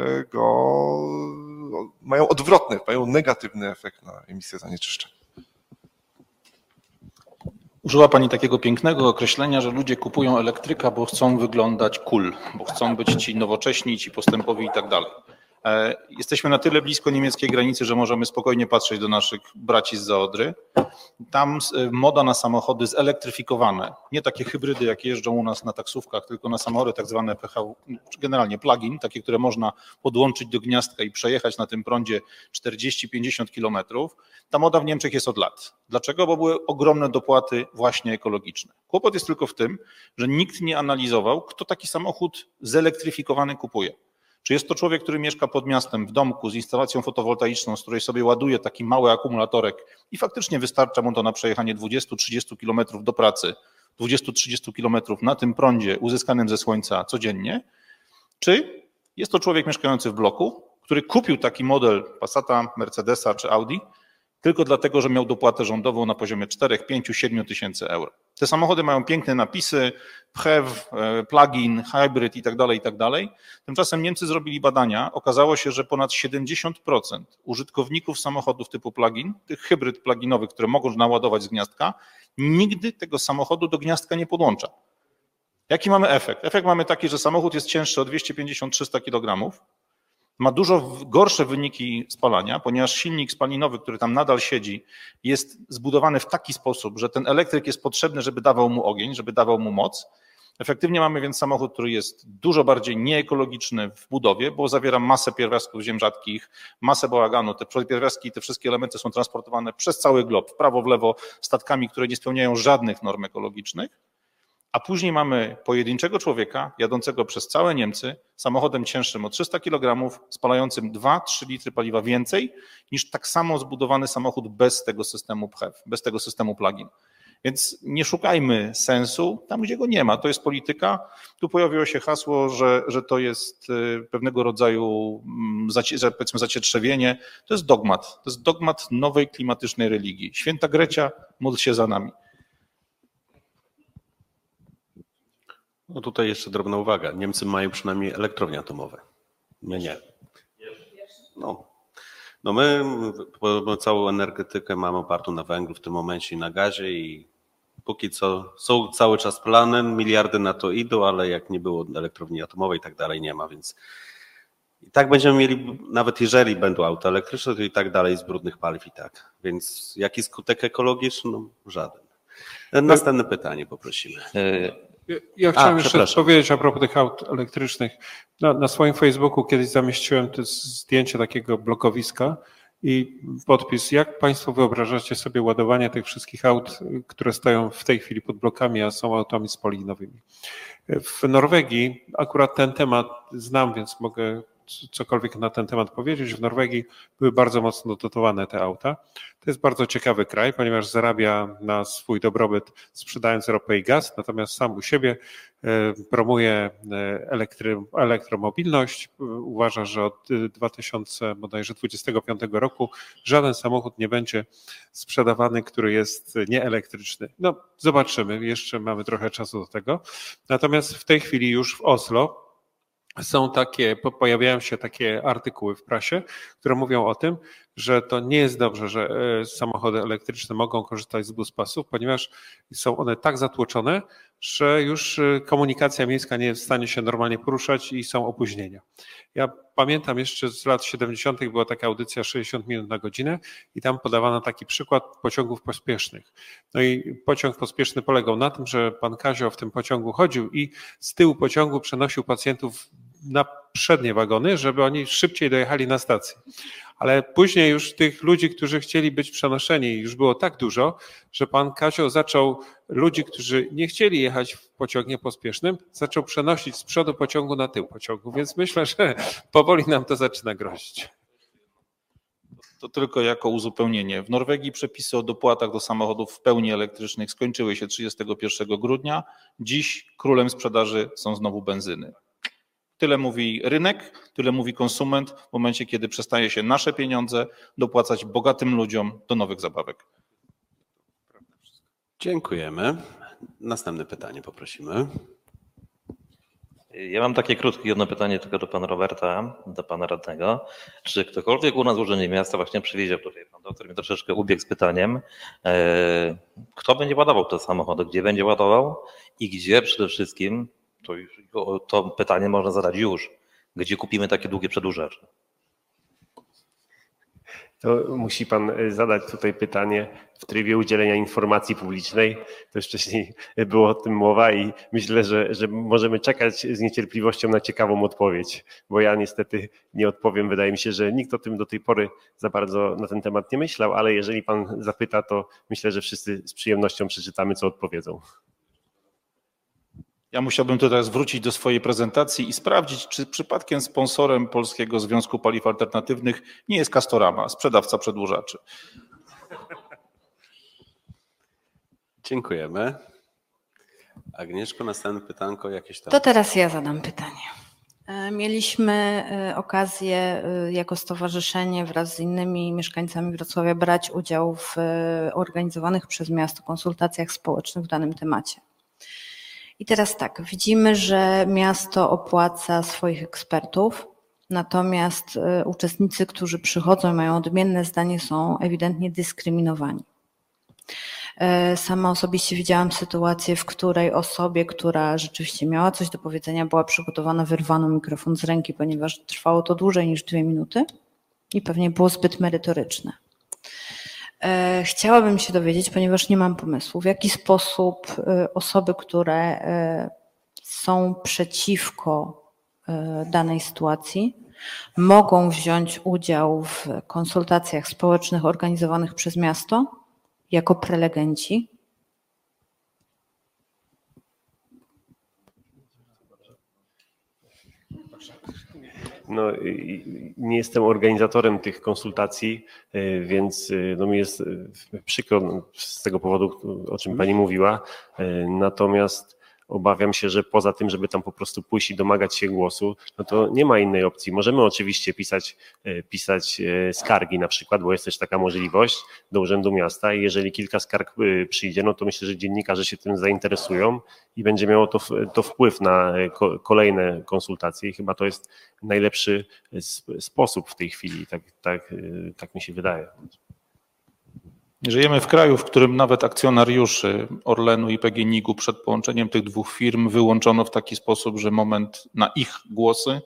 mają odwrotny, mają negatywny efekt na emisję zanieczyszczeń. Użyła Pani takiego pięknego określenia, że ludzie kupują elektryka, bo chcą wyglądać cool, bo chcą być ci nowocześni, ci postępowi i tak dalej. Jesteśmy na tyle blisko niemieckiej granicy, że możemy spokojnie patrzeć do naszych braci zza Odry. Tam moda na samochody zelektryfikowane, nie takie hybrydy, jakie jeżdżą u nas na taksówkach, tylko na samochody tak zwane PHV, generalnie plug-in, takie, które można podłączyć do gniazdka i przejechać na tym prądzie 40-50 kilometrów. Ta moda w Niemczech jest od lat. Dlaczego? Bo były ogromne dopłaty właśnie ekologiczne. Kłopot jest tylko w tym, że nikt nie analizował, kto taki samochód zelektryfikowany kupuje. Czy jest to człowiek, który mieszka pod miastem w domku z instalacją fotowoltaiczną, z której sobie ładuje taki mały akumulatorek i faktycznie wystarcza mu to na przejechanie 20-30 km do pracy, 20-30 km na tym prądzie uzyskanym ze słońca codziennie? Czy jest to człowiek mieszkający w bloku, który kupił taki model Passata, Mercedesa czy Audi tylko dlatego, że miał dopłatę rządową na poziomie 4, 5, 7 tysięcy euro. Te samochody mają piękne napisy, PHEV, plug-in, hybrid i tak dalej. Tymczasem Niemcy zrobili badania, okazało się, że ponad 70% użytkowników samochodów typu plug-in, tych hybryd plug-inowych, które mogą naładować z gniazdka, nigdy tego samochodu do gniazdka nie podłącza. Jaki mamy efekt? Efekt mamy taki, że samochód jest cięższy o 250-300 kg, ma dużo gorsze wyniki spalania, ponieważ silnik spalinowy, który tam nadal siedzi, jest zbudowany w taki sposób, że ten elektryk jest potrzebny, żeby dawał mu ogień, żeby dawał mu moc. Efektywnie mamy więc samochód, który jest dużo bardziej nieekologiczny w budowie, bo zawiera masę pierwiastków ziem rzadkich, masę bałaganu. Te pierwiastki i te wszystkie elementy są transportowane przez cały glob, w prawo, w lewo, statkami, które nie spełniają żadnych norm ekologicznych. A później mamy pojedynczego człowieka jadącego przez całe Niemcy samochodem cięższym o 300 kg, spalającym 2-3 litry paliwa więcej niż tak samo zbudowany samochód bez tego systemu PHEV, bez tego systemu plug-in. Więc nie szukajmy sensu tam, gdzie go nie ma. To jest polityka. Tu pojawiło się hasło, że to jest pewnego rodzaju powiedzmy zacietrzewienie. To jest dogmat. To jest dogmat nowej klimatycznej religii. Święta Grecia, módl się za nami. No tutaj jeszcze drobna uwaga. Niemcy mają przynajmniej elektrownie atomowe. My nie. No my całą energetykę mamy opartą na węglu w tym momencie i na gazie i póki co są cały czas plany, miliardy na to idą, ale jak nie było elektrowni atomowej i tak dalej nie ma, więc i tak będziemy mieli, nawet jeżeli będą auta elektryczne, to i tak dalej z brudnych paliw i tak. Więc jaki skutek ekologiczny? No, żaden. Następne pytanie poprosimy. Ja chciałem jeszcze powiedzieć a propos tych aut elektrycznych. Na swoim Facebooku kiedyś zamieściłem to zdjęcie takiego blokowiska i podpis, jak Państwo wyobrażacie sobie ładowanie tych wszystkich aut, które stoją w tej chwili pod blokami, a są autami spalinowymi. W Norwegii akurat ten temat znam, więc mogę cokolwiek na ten temat powiedzieć. W Norwegii były bardzo mocno dotowane te auta. To jest bardzo ciekawy kraj, ponieważ zarabia na swój dobrobyt sprzedając ropę i gaz, natomiast sam u siebie promuje elektromobilność. Uważa, że od 2025 roku żaden samochód nie będzie sprzedawany, który jest nieelektryczny. No zobaczymy, jeszcze mamy trochę czasu do tego. Natomiast w tej chwili już w Oslo pojawiają się takie artykuły w prasie, które mówią o tym, że to nie jest dobrze, że samochody elektryczne mogą korzystać z buspasów, ponieważ są one tak zatłoczone, że już komunikacja miejska nie jest w stanie się normalnie poruszać i są opóźnienia. Ja pamiętam jeszcze z lat 70. była taka audycja 60 minut na godzinę i tam podawano taki przykład pociągów pospiesznych. No i pociąg pospieszny polegał na tym, że pan Kazio w tym pociągu chodził i z tyłu pociągu przenosił pacjentów na przednie wagony, żeby oni szybciej dojechali na stację. Ale później już tych ludzi, którzy chcieli być przenoszeni, już było tak dużo, że pan Kazio zaczął ludzi, którzy nie chcieli jechać w pociągnie pospiesznym, zaczął przenosić z przodu pociągu na tył pociągu, więc myślę, że powoli nam to zaczyna grozić. To tylko jako uzupełnienie. W Norwegii przepisy o dopłatach do samochodów w pełni elektrycznych skończyły się 31 grudnia. Dziś królem sprzedaży są znowu benzyny. Tyle mówi rynek, tyle mówi konsument w momencie, kiedy przestaje się nasze pieniądze dopłacać bogatym ludziom do nowych zabawek. Dziękujemy. Następne pytanie poprosimy. Ja mam takie krótkie jedno pytanie tylko do pana Roberta, do pana radnego. Czy ktokolwiek u nas w Urzędzie Miasta właśnie przywiezie, tutaj pan doktor mi troszeczkę ubiegł z pytaniem, kto będzie ładował te samochody, gdzie będzie ładował i gdzie przede wszystkim, to pytanie można zadać już, gdzie kupimy takie długie przedłużacze? To musi pan zadać tutaj pytanie w trybie udzielenia informacji publicznej. To już wcześniej było o tym mowa i myślę, że możemy czekać z niecierpliwością na ciekawą odpowiedź, bo ja niestety nie odpowiem. Wydaje mi się, że nikt o tym do tej pory za bardzo na ten temat nie myślał, ale jeżeli pan zapyta, to myślę, że wszyscy z przyjemnością przeczytamy, co odpowiedzą. Ja musiałbym tutaj wrócić do swojej prezentacji i sprawdzić, czy przypadkiem sponsorem Polskiego Związku Paliw Alternatywnych nie jest Castorama, sprzedawca przedłużaczy. Dziękujemy. Agnieszko, następne pytanko jakieś tam. To teraz ja zadam pytanie. Mieliśmy okazję jako stowarzyszenie wraz z innymi mieszkańcami Wrocławia brać udział w organizowanych przez miasto konsultacjach społecznych w danym temacie. I teraz tak, widzimy, że miasto opłaca swoich ekspertów, natomiast uczestnicy, którzy przychodzą i mają odmienne zdanie, są ewidentnie dyskryminowani. Sama osobiście widziałam sytuację, w której osobie, która rzeczywiście miała coś do powiedzenia, była przygotowana, wyrwano mikrofon z ręki, ponieważ trwało to dłużej niż 2 minuty i pewnie było zbyt merytoryczne. Chciałabym się dowiedzieć, ponieważ nie mam pomysłu, w jaki sposób osoby, które są przeciwko danej sytuacji, mogą wziąć udział w konsultacjach społecznych organizowanych przez miasto jako prelegenci. No, nie jestem organizatorem tych konsultacji, więc no, mi jest przykro z tego powodu, o czym pani mówiła. Natomiast obawiam się, że poza tym, żeby tam po prostu pójść i domagać się głosu, no to nie ma innej opcji. Możemy oczywiście pisać skargi na przykład, bo jest też taka możliwość do Urzędu Miasta i jeżeli kilka skarg przyjdzie, no to myślę, że dziennikarze się tym zainteresują i będzie miało to wpływ na kolejne konsultacje i chyba to jest najlepszy sposób w tej chwili, tak mi się wydaje. Żyjemy w kraju, w którym nawet akcjonariuszy Orlenu i PGNiG-u przed połączeniem tych dwóch firm wyłączono w taki sposób, że moment na ich głosy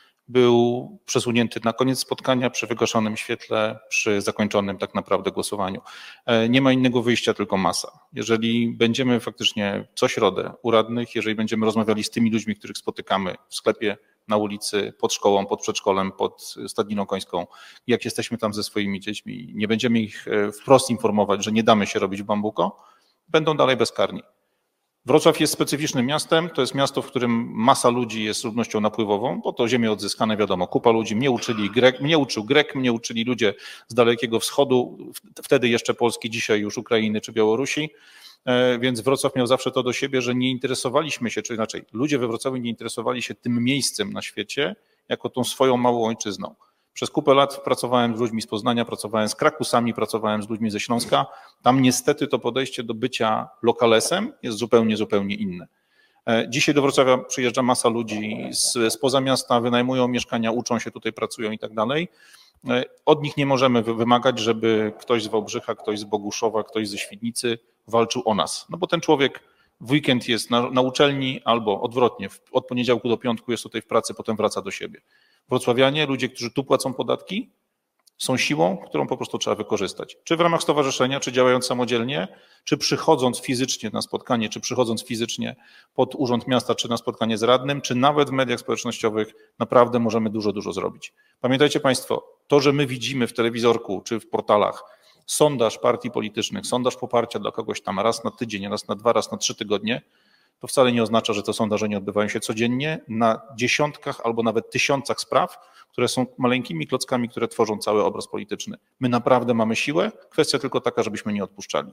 był przesunięty na koniec spotkania przy wygaszonym świetle, przy zakończonym tak naprawdę głosowaniu. Nie ma innego wyjścia, tylko masa. Jeżeli będziemy faktycznie co środę u radnych, jeżeli będziemy rozmawiali z tymi ludźmi, których spotykamy w sklepie, na ulicy, pod szkołą, pod przedszkolem, pod stadniną końską, jak jesteśmy tam ze swoimi dziećmi, nie będziemy ich wprost informować, że nie damy się robić w bambuko, będą dalej bezkarni. Wrocław jest specyficznym miastem, to jest miasto, w którym masa ludzi jest ludnością napływową, bo to ziemie odzyskane, wiadomo, kupa ludzi, mnie uczył Grek, mnie uczyli ludzie z Dalekiego Wschodu, wtedy jeszcze Polski, dzisiaj już Ukrainy czy Białorusi, więc Wrocław miał zawsze to do siebie, że nie interesowaliśmy się, czy inaczej, ludzie we Wrocławiu nie interesowali się tym miejscem na świecie, jako tą swoją małą ojczyzną. Przez kupę lat pracowałem z ludźmi z Poznania, pracowałem z Krakusami, pracowałem z ludźmi ze Śląska. Tam niestety to podejście do bycia lokalesem jest zupełnie inne. Dzisiaj do Wrocławia przyjeżdża masa ludzi spoza miasta, wynajmują mieszkania, uczą się tutaj, pracują i tak dalej. Od nich nie możemy wymagać, żeby ktoś z Wałbrzycha, ktoś z Boguszowa, ktoś ze Świdnicy walczył o nas. No bo ten człowiek w weekend jest na uczelni albo odwrotnie, od poniedziałku do piątku jest tutaj w pracy, potem wraca do siebie. Wrocławianie, ludzie, którzy tu płacą podatki, są siłą, którą po prostu trzeba wykorzystać. Czy w ramach stowarzyszenia, czy działając samodzielnie, czy przychodząc fizycznie na spotkanie, czy przychodząc fizycznie pod Urząd Miasta, czy na spotkanie z radnym, czy nawet w mediach społecznościowych, naprawdę możemy dużo zrobić. Pamiętajcie Państwo, to, że my widzimy w telewizorku, czy w portalach sondaż partii politycznych, sondaż poparcia dla kogoś tam raz na tydzień, raz na 2, raz na 3 tygodnie, to wcale nie oznacza, że te sondaże nie odbywają się codziennie na dziesiątkach albo nawet tysiącach spraw, które są maleńkimi klockami, które tworzą cały obraz polityczny. My naprawdę mamy siłę, kwestia tylko taka, żebyśmy nie odpuszczali.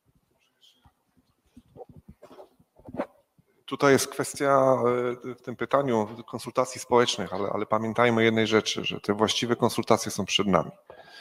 Tutaj jest kwestia w tym pytaniu konsultacji społecznych, ale pamiętajmy o jednej rzeczy, że te właściwe konsultacje są przed nami.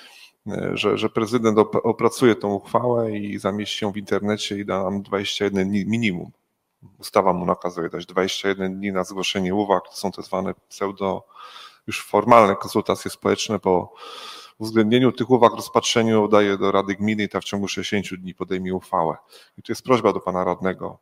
Że prezydent opracuje tą uchwałę i zamieści ją w internecie i da nam 21 dni minimum. Ustawa mu nakazuje dać 21 dni na zgłoszenie uwag, to są te zwane już formalne konsultacje społeczne. Po uwzględnieniu tych uwag, rozpatrzeniu daje do Rady Gminy i ta w ciągu 60 dni podejmie uchwałę. I tu jest prośba do pana radnego,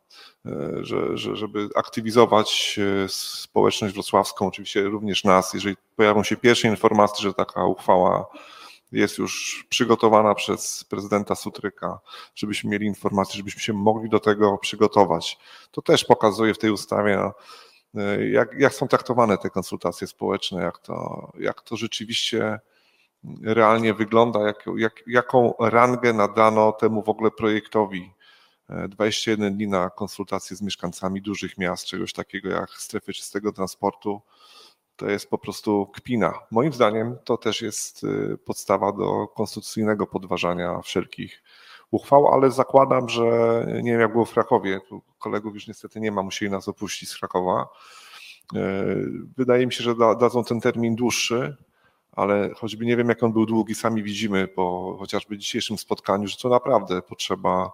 żeby aktywizować społeczność wrocławską, oczywiście również nas, jeżeli pojawią się pierwsze informacje, że taka uchwała jest już przygotowana przez prezydenta Sutryka, żebyśmy mieli informacje, żebyśmy się mogli do tego przygotować. To też pokazuje w tej ustawie, jak są traktowane te konsultacje społeczne, jak to rzeczywiście realnie wygląda, jaką rangę nadano temu w ogóle projektowi. 21 dni na konsultacje z mieszkańcami dużych miast, czegoś takiego jak strefy czystego transportu, to jest po prostu kpina. Moim zdaniem to też jest podstawa do konstytucyjnego podważania wszelkich uchwał, ale zakładam, że nie wiem jak było w Krakowie, tu kolegów już niestety nie ma, musieli nas opuścić z Krakowa. Wydaje mi się, że dadzą ten termin dłuższy, ale choćby nie wiem jak on był długi, sami widzimy po chociażby dzisiejszym spotkaniu, że to naprawdę potrzeba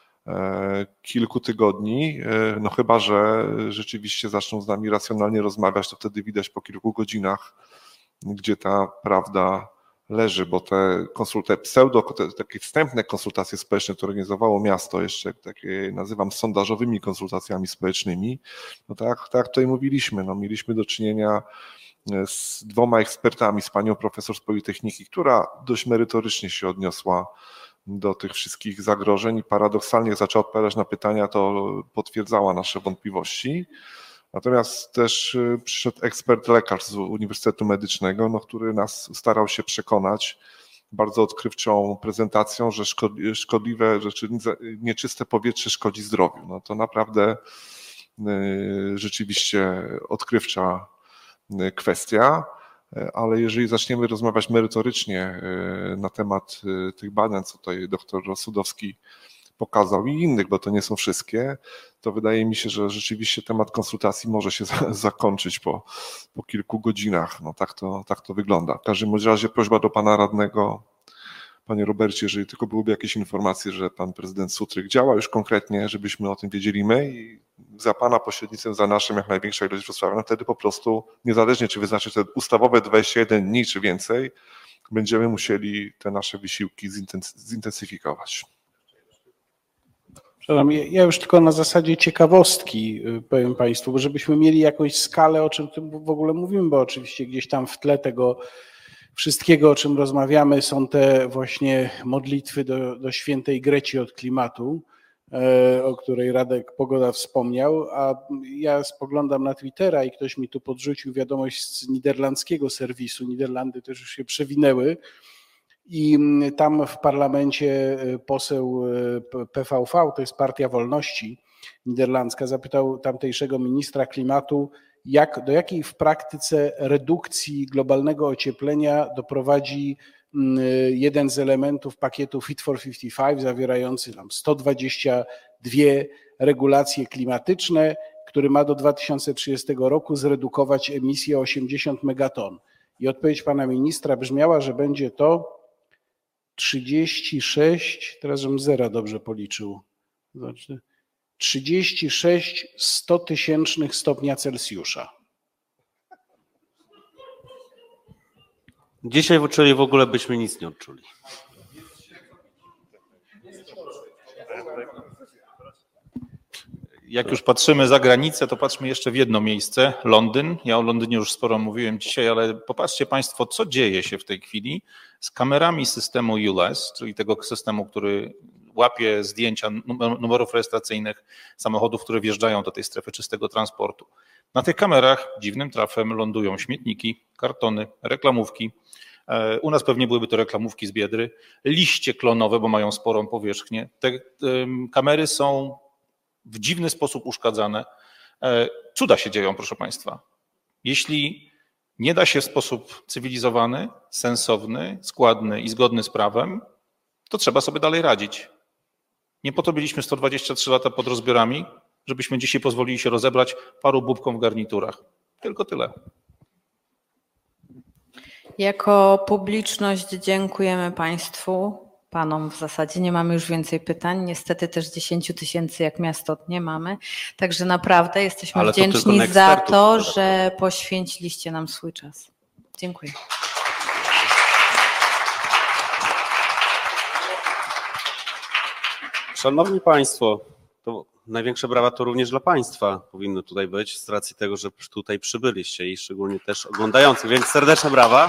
kilku tygodni, no chyba, że rzeczywiście zaczną z nami racjonalnie rozmawiać, to wtedy widać po kilku godzinach, gdzie ta prawda leży, bo te takie wstępne konsultacje społeczne, które organizowało miasto, jeszcze takie nazywam sondażowymi konsultacjami społecznymi, no tak tutaj mówiliśmy, no mieliśmy do czynienia z 2 ekspertami, z panią profesor z Politechniki, która dość merytorycznie się odniosła do tych wszystkich zagrożeń i paradoksalnie jak zaczęła odpowiadać na pytania, to potwierdzała nasze wątpliwości. Natomiast też przyszedł ekspert lekarz z Uniwersytetu Medycznego, no, który nas starał się przekonać bardzo odkrywczą prezentacją, że szkodliwe, że nieczyste powietrze szkodzi zdrowiu. No to naprawdę rzeczywiście odkrywcza kwestia, ale jeżeli zaczniemy rozmawiać merytorycznie na temat tych badań, co tutaj doktor Rosudowski pokazał i innych, bo to nie są wszystkie, to wydaje mi się, że rzeczywiście temat konsultacji może się zakończyć po kilku godzinach. No tak to wygląda. W każdym razie prośba do pana radnego, panie Robercie, jeżeli tylko byłyby jakieś informacje, że pan prezydent Sutryk działa już konkretnie, żebyśmy o tym wiedzieli my i za pana pośrednictwem, za naszym jak największa ilość Wrocławia, wtedy po prostu niezależnie czy wyznaczyć te ustawowe 21 dni czy więcej, będziemy musieli te nasze wysiłki zintensyfikować. Ja już tylko na zasadzie ciekawostki powiem Państwu, bo żebyśmy mieli jakąś skalę, o czym tu w ogóle mówimy, bo oczywiście gdzieś tam w tle tego wszystkiego, o czym rozmawiamy, są te właśnie modlitwy do świętej Greci od klimatu, o której Radek Pogoda wspomniał, a ja spoglądam na Twittera i ktoś mi tu podrzucił wiadomość z niderlandzkiego serwisu. Niderlandy też już się przewinęły. I tam w parlamencie poseł PVV, to jest Partia Wolności niderlandzka, zapytał tamtejszego ministra klimatu, do jakiej w praktyce redukcji globalnego ocieplenia doprowadzi jeden z elementów pakietu Fit for 55, zawierający tam 122 regulacje klimatyczne, który ma do 2030 roku zredukować emisję o 80 megaton. I odpowiedź pana ministra brzmiała, że będzie to 36, teraz żebym zera dobrze policzył, 36 100-tysięcznych stopnia Celsjusza. Dzisiaj czyli w ogóle byśmy nic nie odczuli. Jak już patrzymy za granicę, to patrzmy jeszcze w jedno miejsce, Londyn. Ja o Londynie już sporo mówiłem dzisiaj, ale popatrzcie Państwo, co dzieje się w tej chwili z kamerami systemu ULEZ, czyli tego systemu, który łapie zdjęcia numerów rejestracyjnych samochodów, które wjeżdżają do tej strefy czystego transportu. Na tych kamerach dziwnym trafem lądują śmietniki, kartony, reklamówki. U nas pewnie byłyby to reklamówki z Biedry, liście klonowe, bo mają sporą powierzchnię. Te kamery są w dziwny sposób uszkadzane. Cuda się dzieją, proszę Państwa. Jeśli nie da się w sposób cywilizowany, sensowny, składny i zgodny z prawem, to trzeba sobie dalej radzić. Nie po to byliśmy 123 lata pod rozbiorami, żebyśmy dzisiaj pozwolili się rozebrać paru bubkom w garniturach. Tylko tyle. Jako publiczność dziękujemy Państwu, Panom w zasadzie. Nie mamy już więcej pytań. Niestety też 10 000 jak miasto nie mamy. Także naprawdę jesteśmy wdzięczni za to, że poświęciliście nam swój czas. Dziękuję. Szanowni Państwo, to największe brawa to również dla Państwa powinny tutaj być, z racji tego, że tutaj przybyliście i szczególnie też oglądających, więc serdeczne brawa.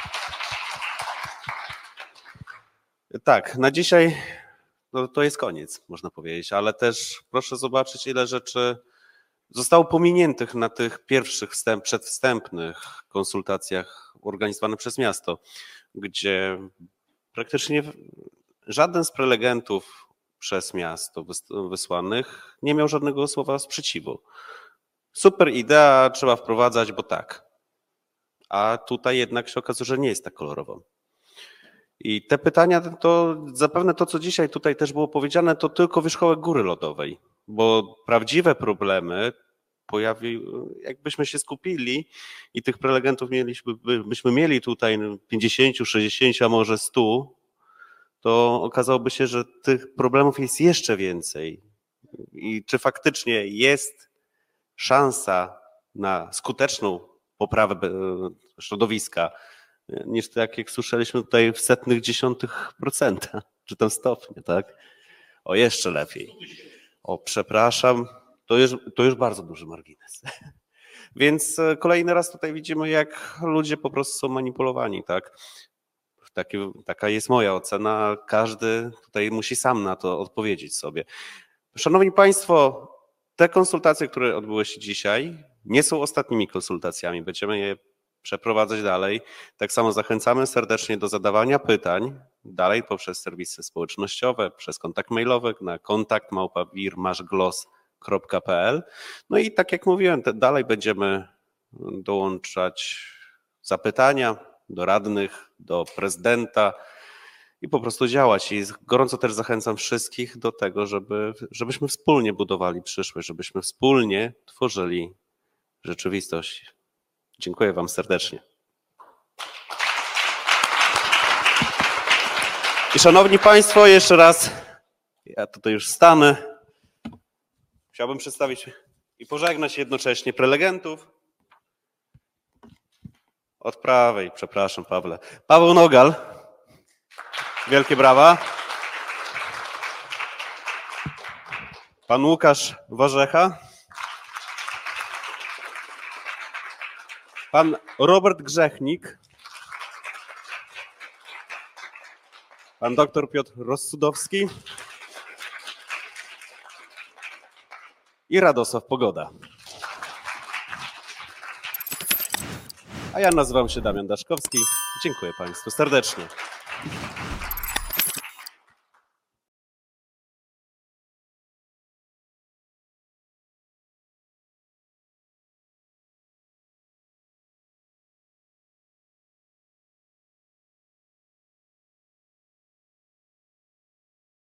Tak, na dzisiaj no to jest koniec, można powiedzieć, ale też proszę zobaczyć, ile rzeczy zostało pominiętych na tych pierwszych przedwstępnych konsultacjach organizowanych przez miasto, gdzie praktycznie żaden z prelegentów przez miasto wysłanych nie miał żadnego słowa sprzeciwu. Super idea, trzeba wprowadzać, bo tak. A tutaj jednak się okazuje, że nie jest tak kolorowo. I te pytania, to zapewne to, co dzisiaj tutaj też było powiedziane, to tylko wierzchołek góry lodowej, bo prawdziwe problemy jakbyśmy się skupili i tych prelegentów byśmy mieli tutaj 50, 60, a może 100, to okazałoby się, że tych problemów jest jeszcze więcej. I czy faktycznie jest szansa na skuteczną poprawę środowiska, niż tak jak słyszeliśmy tutaj w setnych dziesiątych procenta, czy tam stopnia, tak? O, jeszcze lepiej. O, przepraszam, to już bardzo duży margines. Więc kolejny raz tutaj widzimy, jak ludzie po prostu są manipulowani, tak? Taka jest moja ocena, każdy tutaj musi sam na to odpowiedzieć sobie. Szanowni Państwo, te konsultacje, które odbyły się dzisiaj, nie są ostatnimi konsultacjami, będziemy je przeprowadzać dalej. Tak samo zachęcamy serdecznie do zadawania pytań dalej poprzez serwisy społecznościowe, przez kontakt mailowy na kontakt@wirmaszglos.pl. No i tak jak mówiłem, dalej będziemy dołączać zapytania do radnych, do prezydenta i po prostu działać. I gorąco też zachęcam wszystkich do tego, żebyśmy wspólnie budowali przyszłość, żebyśmy wspólnie tworzyli rzeczywistość. Dziękuję Wam serdecznie. I szanowni Państwo, jeszcze raz, ja tutaj już stanę. Chciałbym przedstawić i pożegnać jednocześnie prelegentów. Od prawej, przepraszam Pawle. Paweł Nogal. Wielkie brawa. Pan Łukasz Warzecha. Pan Robert Grzechnik. Pan doktor Piotr Rossudowski. I Radosław Pogoda. A ja nazywam się Damian Daszkowski. Dziękuję Państwu serdecznie.